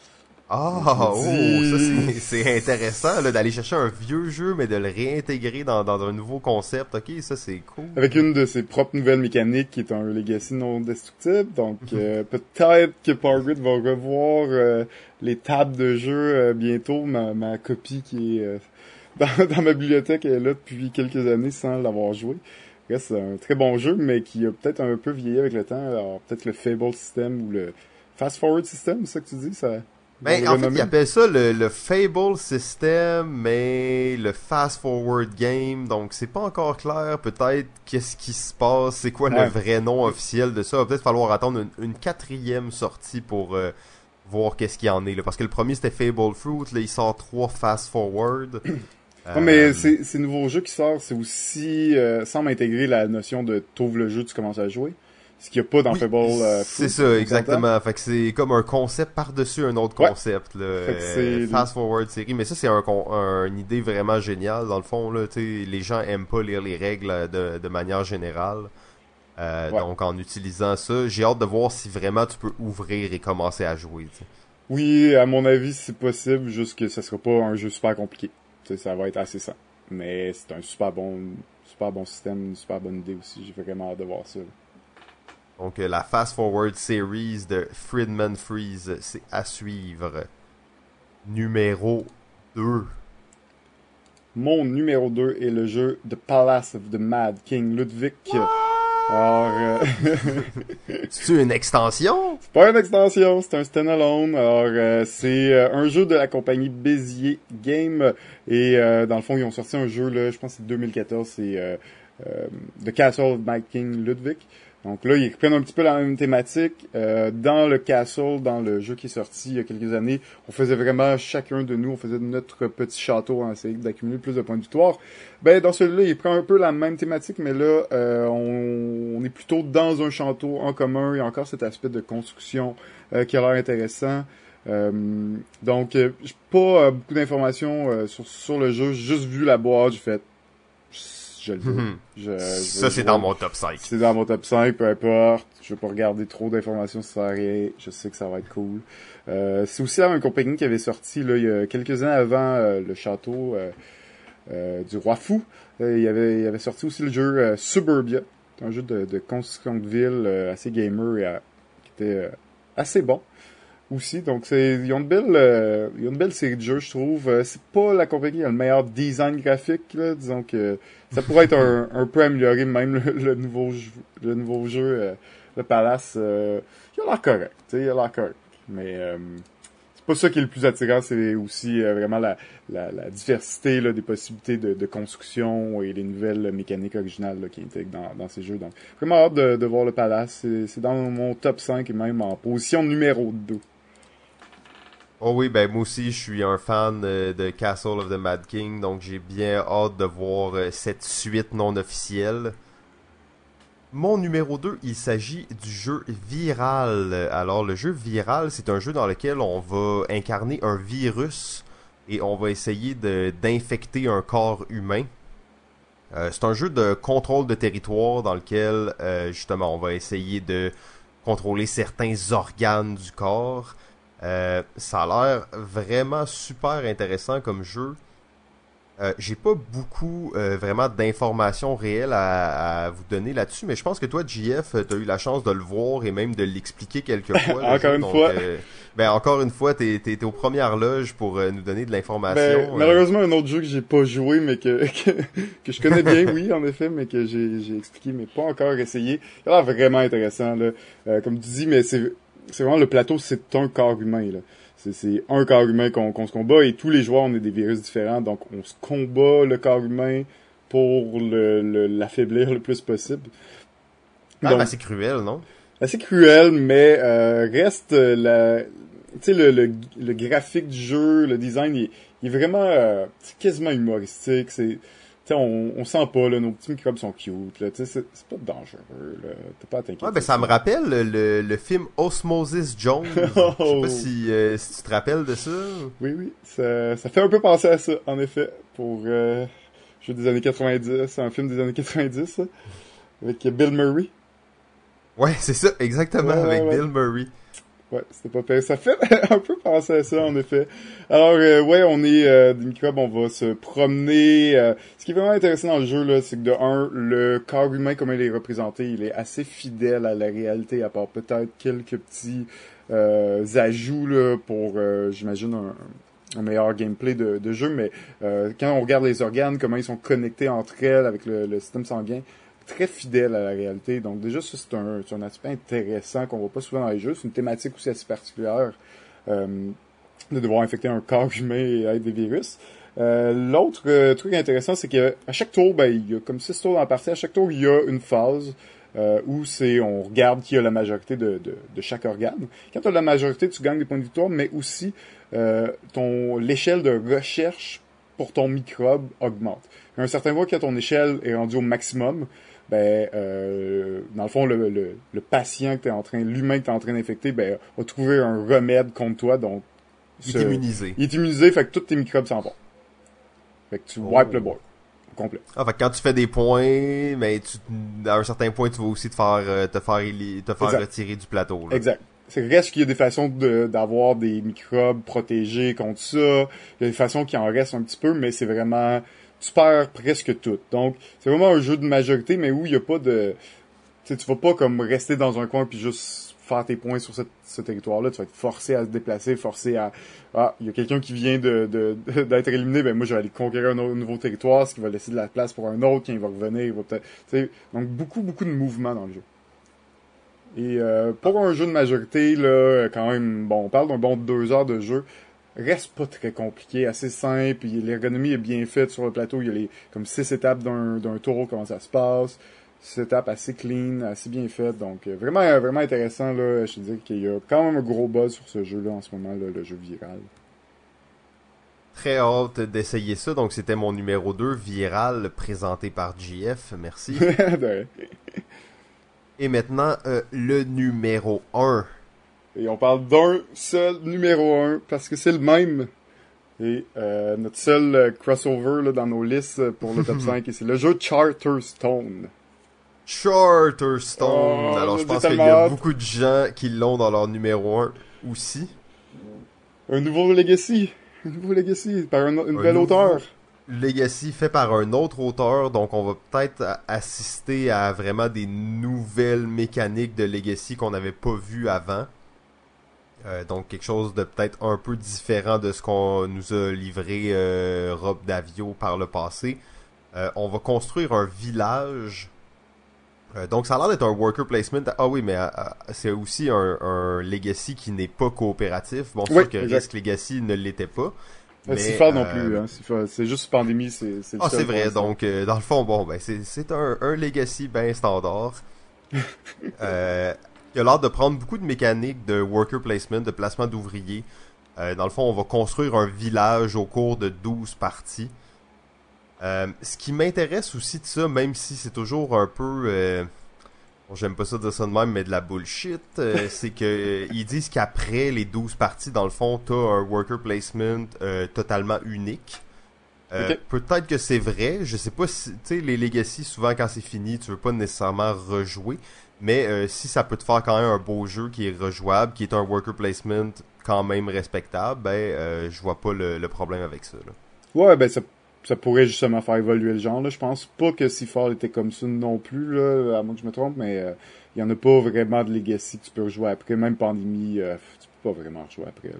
Ah, oh, ça c'est, c'est intéressant là, d'aller chercher un vieux jeu mais de le réintégrer dans, dans un nouveau concept. Ok, ça c'est cool. Avec une de ses propres nouvelles mécaniques qui est un legacy non destructible. Donc euh, peut-être que Power Grid va revoir euh, les tables de jeu euh, bientôt. Ma, ma copie qui est euh, dans, dans ma bibliothèque est là depuis quelques années sans l'avoir joué. C'est un très bon jeu mais qui a peut-être un peu vieilli avec le temps. Alors peut-être le Fable System ou le Fast Forward System, c'est ça que tu dis ça. Ben, en fait, ils appellent ça le, le Fable System, mais le Fast Forward Game, donc c'est pas encore clair, peut-être, qu'est-ce qui se passe, c'est quoi ouais. le vrai nom officiel de ça, il va peut-être falloir attendre une, une quatrième sortie pour euh, voir qu'est-ce qu'il y en est, là, parce que le premier c'était Fable Fruit, là, il sort trois Fast Forward. euh... Non, mais ces, ces nouveaux jeux qui sortent, c'est aussi, euh, semble intégrer la notion de t'ouvres le jeu, tu commences à jouer. Ce qu'il n'y a pas dans oui, Fable euh, c'est ça, exactement. Fait que c'est comme un concept par-dessus un autre concept. Ouais. Là. Euh, Fast Forward série. Mais ça, c'est un, un, une idée vraiment géniale. Dans le fond, là, les gens aiment pas lire les règles de, de manière générale. Euh, ouais. Donc, en utilisant ça, j'ai hâte de voir si vraiment tu peux ouvrir et commencer à jouer. T'sais. Oui, à mon avis, c'est possible, juste que ça sera pas un jeu super compliqué. T'sais, ça va être assez simple. Mais c'est un super bon, super bon système, une super bonne idée aussi. J'ai vraiment hâte de voir ça. Là. Donc, euh, la Fast Forward Series de Friedman Freeze, c'est à suivre. Numéro deux. Mon numéro deux est le jeu The Palace of the Mad King Ludwig. Alors, euh... c'est une extension? C'est pas une extension, c'est un standalone. Alors, euh, c'est euh, un jeu de la compagnie Bézier Game. Et euh, dans le fond, ils ont sorti un jeu, là, je pense que c'est deux mille quatorze, c'est euh, euh, The Castle of Mad King Ludwig. Donc là, ils reprennent un petit peu la même thématique. Euh, dans le Castle, dans le jeu qui est sorti il y a quelques années, on faisait vraiment, chacun de nous, on faisait notre petit château en essayant d'accumuler plus de points de victoire. Ben, dans celui-là, il prend un peu la même thématique, mais là, euh, on, on est plutôt dans un château en commun. Il y a encore cet aspect de construction euh, qui a l'air intéressant. Euh, donc, euh, j'ai pas euh, beaucoup d'informations euh, sur, sur le jeu. J'ai juste vu la boîte, j'ai fait... Je le veux. Je, je ça, c'est dans mon top cinq. C'est dans mon top cinq, peu importe. Je vais pas regarder trop d'informations sur ça, rien. Je sais que ça va être cool. Euh, c'est aussi une compagnie qui avait sorti, là, il y a quelques années avant euh, le château euh, euh, du Roi Fou. Euh, il, y avait, il y avait sorti aussi le jeu euh, Suburbia. C'est un jeu de, de construction de ville euh, assez gamer et euh, qui était euh, assez bon. Aussi, donc c'est ils ont une belle euh, ils ont une belle série de jeux, je trouve. Euh, c'est pas la compagnie qui a le meilleur design graphique, là, disons que ça pourrait être un, un peu amélioré, même le, le nouveau jeu, le nouveau jeu euh, le Palace, euh, il a l'air correct, tu sais, il a l'air correct, mais euh, c'est pas ça qui est le plus attirant, c'est aussi euh, vraiment la, la, la diversité là, des possibilités de, de construction et les nouvelles mécaniques originales là, qui intègrent dans, dans ces jeux. Donc, vraiment hâte de, de voir le Palace. C'est, c'est dans mon top cinq et même en position numéro deux. Oh oui, ben moi aussi, je suis un fan euh, de Castle of the Mad King, donc j'ai bien hâte de voir euh, cette suite non officielle. Mon numéro deux, il s'agit du jeu Viral. Alors, le jeu Viral, c'est un jeu dans lequel on va incarner un virus et on va essayer de d'infecter un corps humain. Euh, c'est un jeu de contrôle de territoire dans lequel, euh, justement, on va essayer de contrôler certains organes du corps. Euh, ça a l'air vraiment super intéressant comme jeu. Euh, j'ai pas beaucoup euh, vraiment d'informations réelles à, à vous donner là-dessus, mais je pense que toi, J F, t'as eu la chance de le voir et même de l'expliquer quelques fois. encore jeu, une donc, fois. Euh, ben encore une fois, t'es, t'es, t'es aux premières loges pour euh, nous donner de l'information. Ben, euh. malheureusement, un autre jeu que j'ai pas joué, mais que, que, que je connais bien, oui, en effet, mais que j'ai, j'ai expliqué, mais pas encore essayé. Il a l'air vraiment intéressant, là. Euh, comme tu dis, mais c'est, c'est vraiment le plateau, c'est un corps humain, là. C'est, c'est un corps humain qu'on, qu'on se combat et tous les joueurs, on est des virus différents, donc on se combat le corps humain pour le, le, l'affaiblir le plus possible. Ah, donc, ben, c'est cruel, non? assez cruel, mais euh, reste euh, la, tu sais le, le le graphique du jeu, le design, il, il est vraiment euh, c'est quasiment humoristique. C'est, tu sais, on, on sent pas là, nos petits microbes sont cute là, tu sais, c'est, c'est pas dangereux là, t'as pas à t'inquiéter. Ouais, ben ça me rappelle le, le, le film Osmosis Jones. Je sais pas si, euh, si tu te rappelles de ça. Oui, oui, ça, ça fait un peu penser à ça, en effet, pour euh, jeu des années quatre-vingt-dix, c'est un film des années quatre-vingt-dix, ça, avec Bill Murray. Ouais, c'est ça, exactement, Ouais, avec ouais, Bill Murray. Ouais, c'était pas pire. Ça fait un peu penser à ça, en effet. Alors, euh, ouais, on est euh, des microbes, on va se promener. Euh, ce qui est vraiment intéressant dans le jeu, là, c'est que de un, le corps humain, comme il est représenté, il est assez fidèle à la réalité, à part peut-être quelques petits euh, ajouts là, pour, euh, j'imagine, un, un meilleur gameplay de, de jeu. Mais euh, quand on regarde les organes, comment ils sont connectés entre elles avec le, le système sanguin, très fidèle à la réalité. Donc déjà, ça, c'est un, c'est un aspect intéressant qu'on voit pas souvent dans les jeux. C'est une thématique aussi assez particulière euh, de devoir infecter un corps humain et être des virus. Euh, l'autre euh, truc intéressant, c'est qu'à chaque tour, ben, il y a comme six tours dans la partie. À chaque tour, il y a une phase euh, où c'est on regarde qui a la majorité de, de, de chaque organe. Quand tu as la majorité, tu gagnes des points de victoire, mais aussi euh, ton l'échelle de recherche pour ton microbe augmente. À un certain point, quand ton échelle est rendue au maximum, ben euh, dans le fond le, le, le patient que t'es en train l'humain que t'es en train d'infecter ben va trouver un remède contre toi, donc Il ce, est immunisé. il est immunisé, fait que tous tes microbes s'en vont, fait que tu Oh. wipes le board au complet. Ah, fait que quand tu fais des points, mais tu, à un certain point, tu vas aussi te faire, euh, te faire, éli- te faire Exact. retirer du plateau. Là. Exact. C'est reste qu'il y a des façons de, d'avoir des microbes protégés contre ça. Il y a des façons qui en restent un petit peu, mais c'est vraiment tu perds presque tout. Donc, c'est vraiment un jeu de majorité, mais où il n'y a pas de... Tu sais, tu vas pas comme rester dans un coin puis juste faire tes points sur cette, ce territoire-là. Tu vas être forcé à se déplacer, forcé à... Ah, il y a quelqu'un qui vient de, de, de- d'être éliminé, ben moi, je vais aller conquérir un autre, nouveau territoire, ce qui va laisser de la place pour un autre, quand il va revenir, il va peut-être... Tu sais, donc, beaucoup, beaucoup de mouvements dans le jeu. Et euh, pour un jeu de majorité, là, quand même, bon, on parle d'un bon deux heures de jeu, reste pas très compliqué, assez simple, puis l'ergonomie est bien faite sur le plateau, il y a les comme six étapes d'un, d'un tour, comment ça se passe, six étapes assez clean, assez bien faites, donc euh, vraiment vraiment intéressant, là, je te dis qu'il y a quand même un gros buzz sur ce jeu-là en ce moment, là, le jeu Viral. Très hâte d'essayer ça, donc c'était mon numéro deux, Viral, présenté par J F, merci. De- Et maintenant, euh, le numéro un. Et on parle d'un seul numéro un, parce que c'est le même. Et euh, notre seul euh, crossover là, dans nos listes pour le top cinq, et c'est le jeu Charterstone. Charterstone. Oh, Alors, je je pense dis qu'il y a tellement hâte. beaucoup de gens qui l'ont dans leur numéro un aussi. Un nouveau Legacy. Un nouveau Legacy, par un, une nouvelle nouveau- auteur. Legacy fait par un autre auteur, donc on va peut-être a- assister à vraiment des nouvelles mécaniques de Legacy qu'on n'avait pas vues avant. Euh, donc quelque chose de peut-être un peu différent de ce qu'on nous a livré euh, Rob Davio par le passé. Euh, on va construire un village Euh, donc ça a l'air d'être un worker placement. Ah oui, mais euh, c'est aussi un, un Legacy qui n'est pas coopératif. Bon, c'est Oui, sûr que exact. Risk Legacy ne l'était pas. Mais, Mais, Seafall non euh, plus, hein. Seafall, c'est juste Pandémie, c'est c'est le Ah, seul c'est pour vrai. l'instant. Donc, euh, dans le fond, bon, ben c'est c'est un, un Legacy bien standard. euh, il a l'air de prendre beaucoup de mécaniques de worker placement, de placement d'ouvriers. Euh, dans le fond, on va construire un village au cours de douze parties. Euh, ce qui m'intéresse aussi de ça, même si c'est toujours un peu... Euh, bon, j'aime pas ça dire ça de même, mais de la bullshit, euh, c'est que euh, ils disent qu'après les douze parties, dans le fond, t'as un worker placement euh, totalement unique. Euh, Ok. Peut-être que c'est vrai, je sais pas si... Tu sais, les Legacy, souvent quand c'est fini, tu veux pas nécessairement rejouer, mais euh, si ça peut te faire quand même un beau jeu qui est rejouable, qui est un worker placement quand même respectable, ben euh, je vois pas le, le problème avec ça, là. Ouais, ben ça, ça pourrait justement faire évoluer le genre. Là. Je pense pas que Seafall était comme ça non plus, là, à moins que je me trompe, mais il euh, y en a pas vraiment de Legacy que tu peux rejouer après. Même Pandémie, euh, tu peux pas vraiment rejouer après. Là.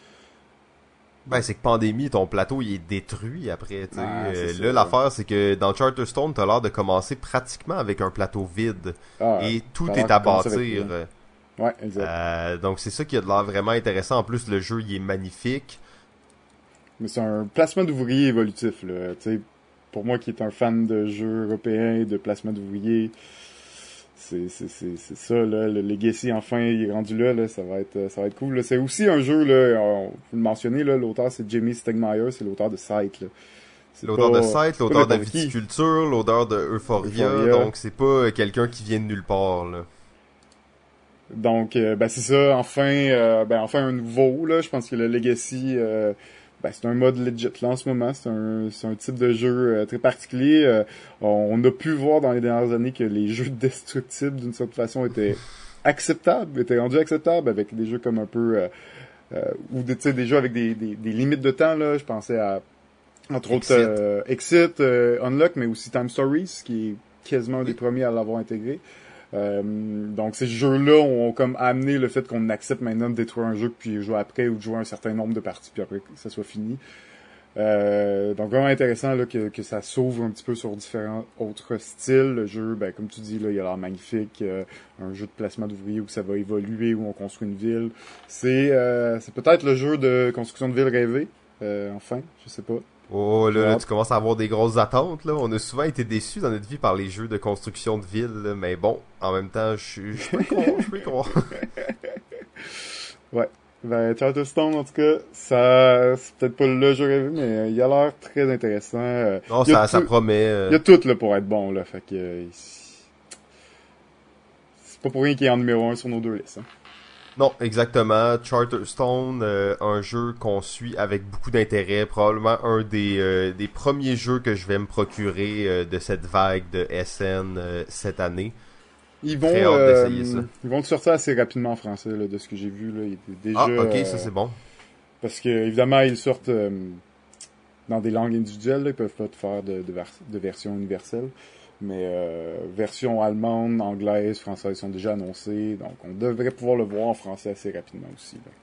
Ben, c'est que Pandémie, ton plateau, il est détruit après, tu sais. Ah, c'est Euh, ça, là, ouais. l'affaire, c'est que dans Charterstone, t'as l'air de commencer pratiquement avec un plateau vide. Ah, Et tout ça a l'air est à qu'il commence avec bâtir. rien. Ouais, exact. Euh, donc, c'est ça qui a de l'air vraiment intéressant. En plus, le jeu, il est magnifique. Mais c'est un placement d'ouvriers évolutif, là. Tu sais, pour moi qui est un fan de jeux européens et de placement d'ouvriers, c'est, c'est, c'est, c'est ça, là. Le Legacy, enfin, il est rendu là, là. Ça va être, ça va être cool, là. C'est aussi un jeu, là. On peut le mentionner, là. L'auteur, c'est Jamie Stegmaier. C'est l'auteur de Sight, là. C'est L'auteur pas- de Sight, c'est pas l'auteur de n'importe qui. Viticulture, l'auteur de Euphoria. Euphoria. Donc, c'est pas euh, quelqu'un qui vient de nulle part, là. Donc, euh, ben c'est ça. Enfin, euh, ben enfin un nouveau là. Je pense que le Legacy, euh, ben c'est un mode legit là en ce moment. C'est un, c'est un type de jeu euh, très particulier. Euh, on a pu voir dans les dernières années que les jeux destructibles d'une certaine façon étaient acceptables, étaient rendus acceptables avec des jeux comme un peu euh, euh, ou des, tu sais, des jeux avec des, des, des limites de temps là. Je pensais à entre autres Exit. euh, Exit, euh, Unlock, mais aussi Time Stories, qui est quasiment un des Oui. premiers à l'avoir intégré. Euh, donc ces jeux-là ont comme amené le fait qu'on accepte maintenant de détruire un jeu puis jouer après ou de jouer un certain nombre de parties puis après que ça soit fini. Euh, donc vraiment intéressant là, que, que ça s'ouvre un petit peu sur différents autres styles. Le jeu, ben, comme tu dis, là, il a l'air magnifique. Euh, un jeu de placement d'ouvriers où ça va évoluer, où on construit une ville. C'est euh, c'est peut-être le jeu de construction de ville rêvé. Euh, enfin, je sais pas. Oh, là, là, Ouais. tu commences à avoir des grosses attentes, là. On a souvent été déçus dans notre vie par les jeux de construction de ville, là. Mais bon, en même temps, je suis je peux y croire, je peux y croire. Ouais. Ben, Charterstone, en tout cas, ça, c'est peut-être pas le jeu rêvé, mais euh, il a l'air très intéressant. Euh, Non, il y a ça, ça tout- promet. euh, Il y a tout, là, pour être bon, là. Fait que, euh, c'est pas pour rien qu'il est en numéro un sur nos deux listes, hein. Non, exactement. Charterstone, euh, un jeu qu'on suit avec beaucoup d'intérêt. Probablement un des, euh, des premiers jeux que je vais me procurer euh, de cette vague de S N euh, cette année. Ils vont, Très hâte euh, d'essayer ça. ils vont le sortir assez rapidement en français, là, de ce que j'ai vu, là. Il était déjà, Ah, ok, euh, ça c'est bon. parce que, évidemment, ils sortent, euh, dans des langues individuelles, là. Ils peuvent pas te faire de, de, vers- de version universelle. Mais euh, version allemande, anglaise, française sont déjà annoncées, donc on devrait pouvoir le voir en français assez rapidement aussi, là.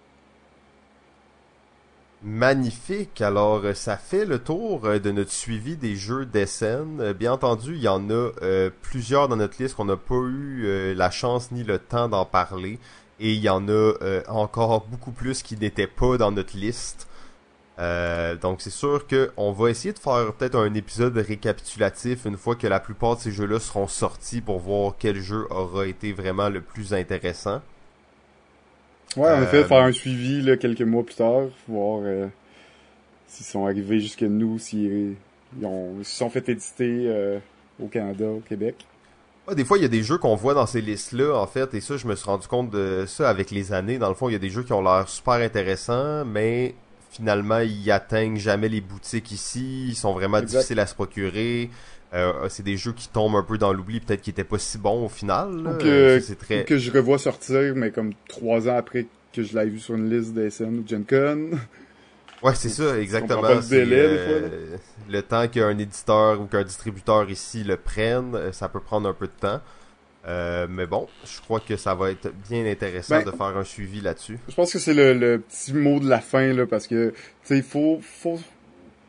Magnifique. Alors, euh, ça fait le tour euh, de notre suivi des jeux d'S N. Euh, Bien entendu, il y en a euh, plusieurs dans notre liste qu'on n'a pas eu euh, la chance ni le temps d'en parler. Et il y en a euh, encore beaucoup plus qui n'étaient pas dans notre liste. Euh, donc c'est sûr que on va essayer de faire peut-être un épisode récapitulatif une fois que la plupart de ces jeux-là seront sortis pour voir quel jeu aura été vraiment le plus intéressant. Ouais, en Euh, effet, faire un suivi là, quelques mois plus tard, voir euh, s'ils sont arrivés jusqu'à nous, s'ils ils ont, s'ils sont fait éditer euh, au Canada, au Québec. Ah, des fois, il y a des jeux qu'on voit dans ces listes-là, en fait, et ça, je me suis rendu compte de ça avec les années. Dans le fond, il y a des jeux qui ont l'air super intéressants, mais finalement, ils atteignent jamais les boutiques ici. Ils sont vraiment Exact. difficiles à se procurer. Euh, c'est des jeux qui tombent un peu dans l'oubli, peut-être qu'ils étaient pas si bons au final. Là. Ou Euh, que, ça, c'est très... ou que je revois sortir, mais comme trois ans après que je l'ai vu sur une liste d'S N ou Gen Con. Ouais, c'est ça, exactement. comprends pas le C'est, délai, des euh, fois, le temps qu'un éditeur ou qu'un distributeur ici le prenne, euh, ça peut prendre un peu de temps. Euh, mais bon, je crois que ça va être bien intéressant Ben, de faire un suivi là-dessus. Je pense que c'est le, le petit mot de la fin, là, parce que, tu sais, il faut, faut,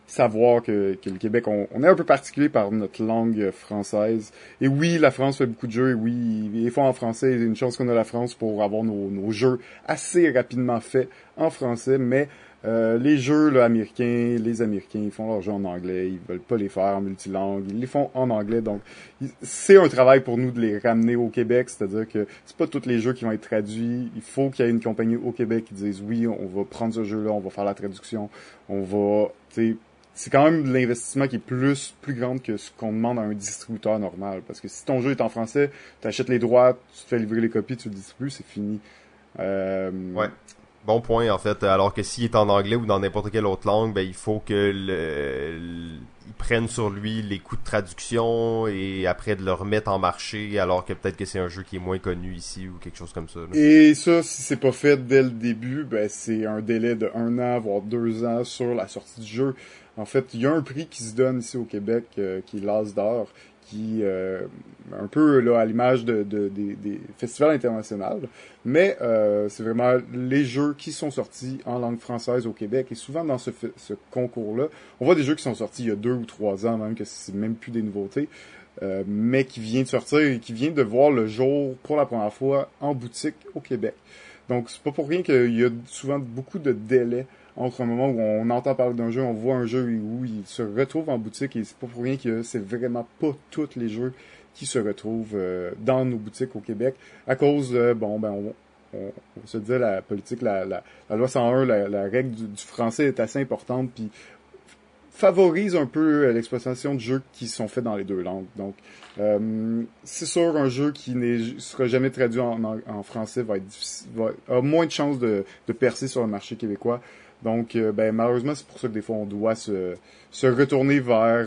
savoir que, que le Québec, on, on est un peu particulier par notre langue française. Et oui, la France fait beaucoup de jeux, et oui, ils les font en français. Il y a une chance qu'on a la France pour avoir nos, nos jeux assez rapidement faits en français, mais euh, les jeux là, américains, les Américains, ils font leurs jeux en anglais, ils veulent pas les faire en multilangue, ils les font en anglais, donc c'est un travail pour nous de les ramener au Québec, c'est-à-dire que c'est pas tous les jeux qui vont être traduits, il faut qu'il y ait une compagnie au Québec qui dise oui, on va prendre ce jeu-là, on va faire la traduction, on va, tu sais, c'est quand même de l'investissement qui est plus plus grand que ce qu'on demande à un distributeur normal, parce que si ton jeu est en français, tu achètes les droits, tu te fais livrer les copies, tu le distribues, c'est fini. Euh, Ouais. Bon point, en fait. Alors que s'il est en anglais ou dans n'importe quelle autre langue, ben, il faut que le, le- il prenne sur lui les coûts de traduction et après de le remettre en marché, alors que peut-être que c'est un jeu qui est moins connu ici ou quelque chose comme ça, là. Et ça, si c'est pas fait dès le début, ben c'est un délai de un an, voire deux ans sur la sortie du jeu. En fait, il y a un prix qui se donne ici au Québec, euh, qui est l'As d'or, qui euh, un peu là à l'image de, de- des, des festivals internationaux, mais euh, c'est vraiment les jeux qui sont sortis en langue française au Québec. Et souvent dans ce, fe- ce concours-là, on voit des jeux qui sont sortis il y a deux ou trois ans, même que c'est même plus des nouveautés. Euh, mais qui vient de sortir et qui vient de voir le jour pour la première fois en boutique au Québec. Donc, c'est pas pour rien qu'il y a souvent beaucoup de délais entre un moment où on entend parler d'un jeu, on voit un jeu et où il se retrouve en boutique, et c'est pas pour rien que c'est vraiment pas tous les jeux qui se retrouvent euh, dans nos boutiques au Québec à cause, euh, bon, ben, on, on, on se dit la politique, la, la, la loi cent un, la, la règle du, du français est assez importante, puis favorise un peu euh, l'exploitation de jeux qui sont faits dans les deux langues. Donc, euh, c'est sûr, un jeu qui ne sera jamais traduit en, en, en français va être difficile, va, a moins de chances de, de percer sur le marché québécois. Donc, euh, ben, malheureusement, c'est pour ça que des fois, on doit se, se retourner vers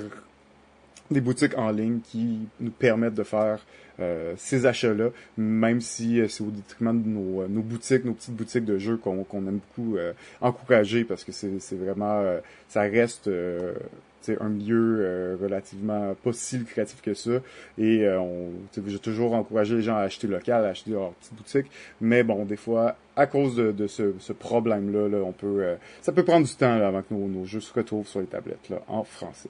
des boutiques en ligne qui nous permettent de faire euh, ces achats-là, même si euh, c'est au détriment de nos, euh, nos boutiques, nos petites boutiques de jeux qu'on qu'on aime beaucoup euh, encourager, parce que c'est c'est vraiment, euh, ça reste euh, tu sais, un milieu euh, relativement pas si lucratif que ça, et euh, on, tu sais, j'ai toujours encouragé les gens à acheter local, à acheter leur petite boutique, mais bon, des fois, à cause de, de ce, ce problème-là, là, on peut, euh, ça peut prendre du temps là, avant que nos, nos jeux se retrouvent sur les tablettes là, en français.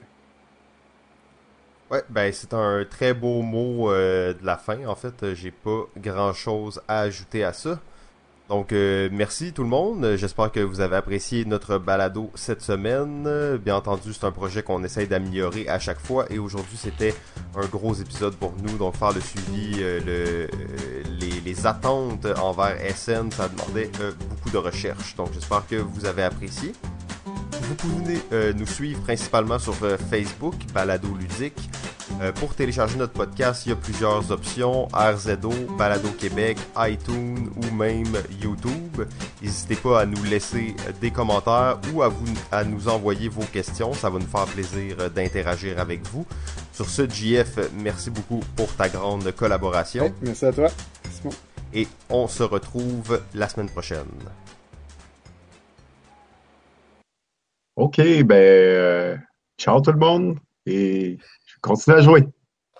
Ouais, ben c'est un très beau mot euh, de la fin. En fait, euh, j'ai pas grand-chose à ajouter à ça. Donc, euh, merci tout le monde. Euh, J'espère que vous avez apprécié notre balado cette semaine. Euh, Bien entendu, c'est un projet qu'on essaye d'améliorer à chaque fois. Et aujourd'hui, c'était un gros épisode pour nous. Donc, faire le suivi, euh, le, euh, les, les attentes envers S N, ça demandait euh, beaucoup de recherche. Donc, j'espère que vous avez apprécié. Vous pouvez euh, nous suivre principalement sur euh, Facebook, Balado Ludique. Euh, pour télécharger notre podcast, il y a plusieurs options, R Z O, Balado Québec, iTunes ou même YouTube. N'hésitez pas à nous laisser des commentaires ou à, vous, à nous envoyer vos questions. Ça va nous faire plaisir euh, d'interagir avec vous. Sur ce, J F, merci beaucoup pour ta grande collaboration. Hey, merci à toi. Simon. Et on se retrouve la semaine prochaine. OK, ben, euh, ciao tout le monde et je continue à jouer.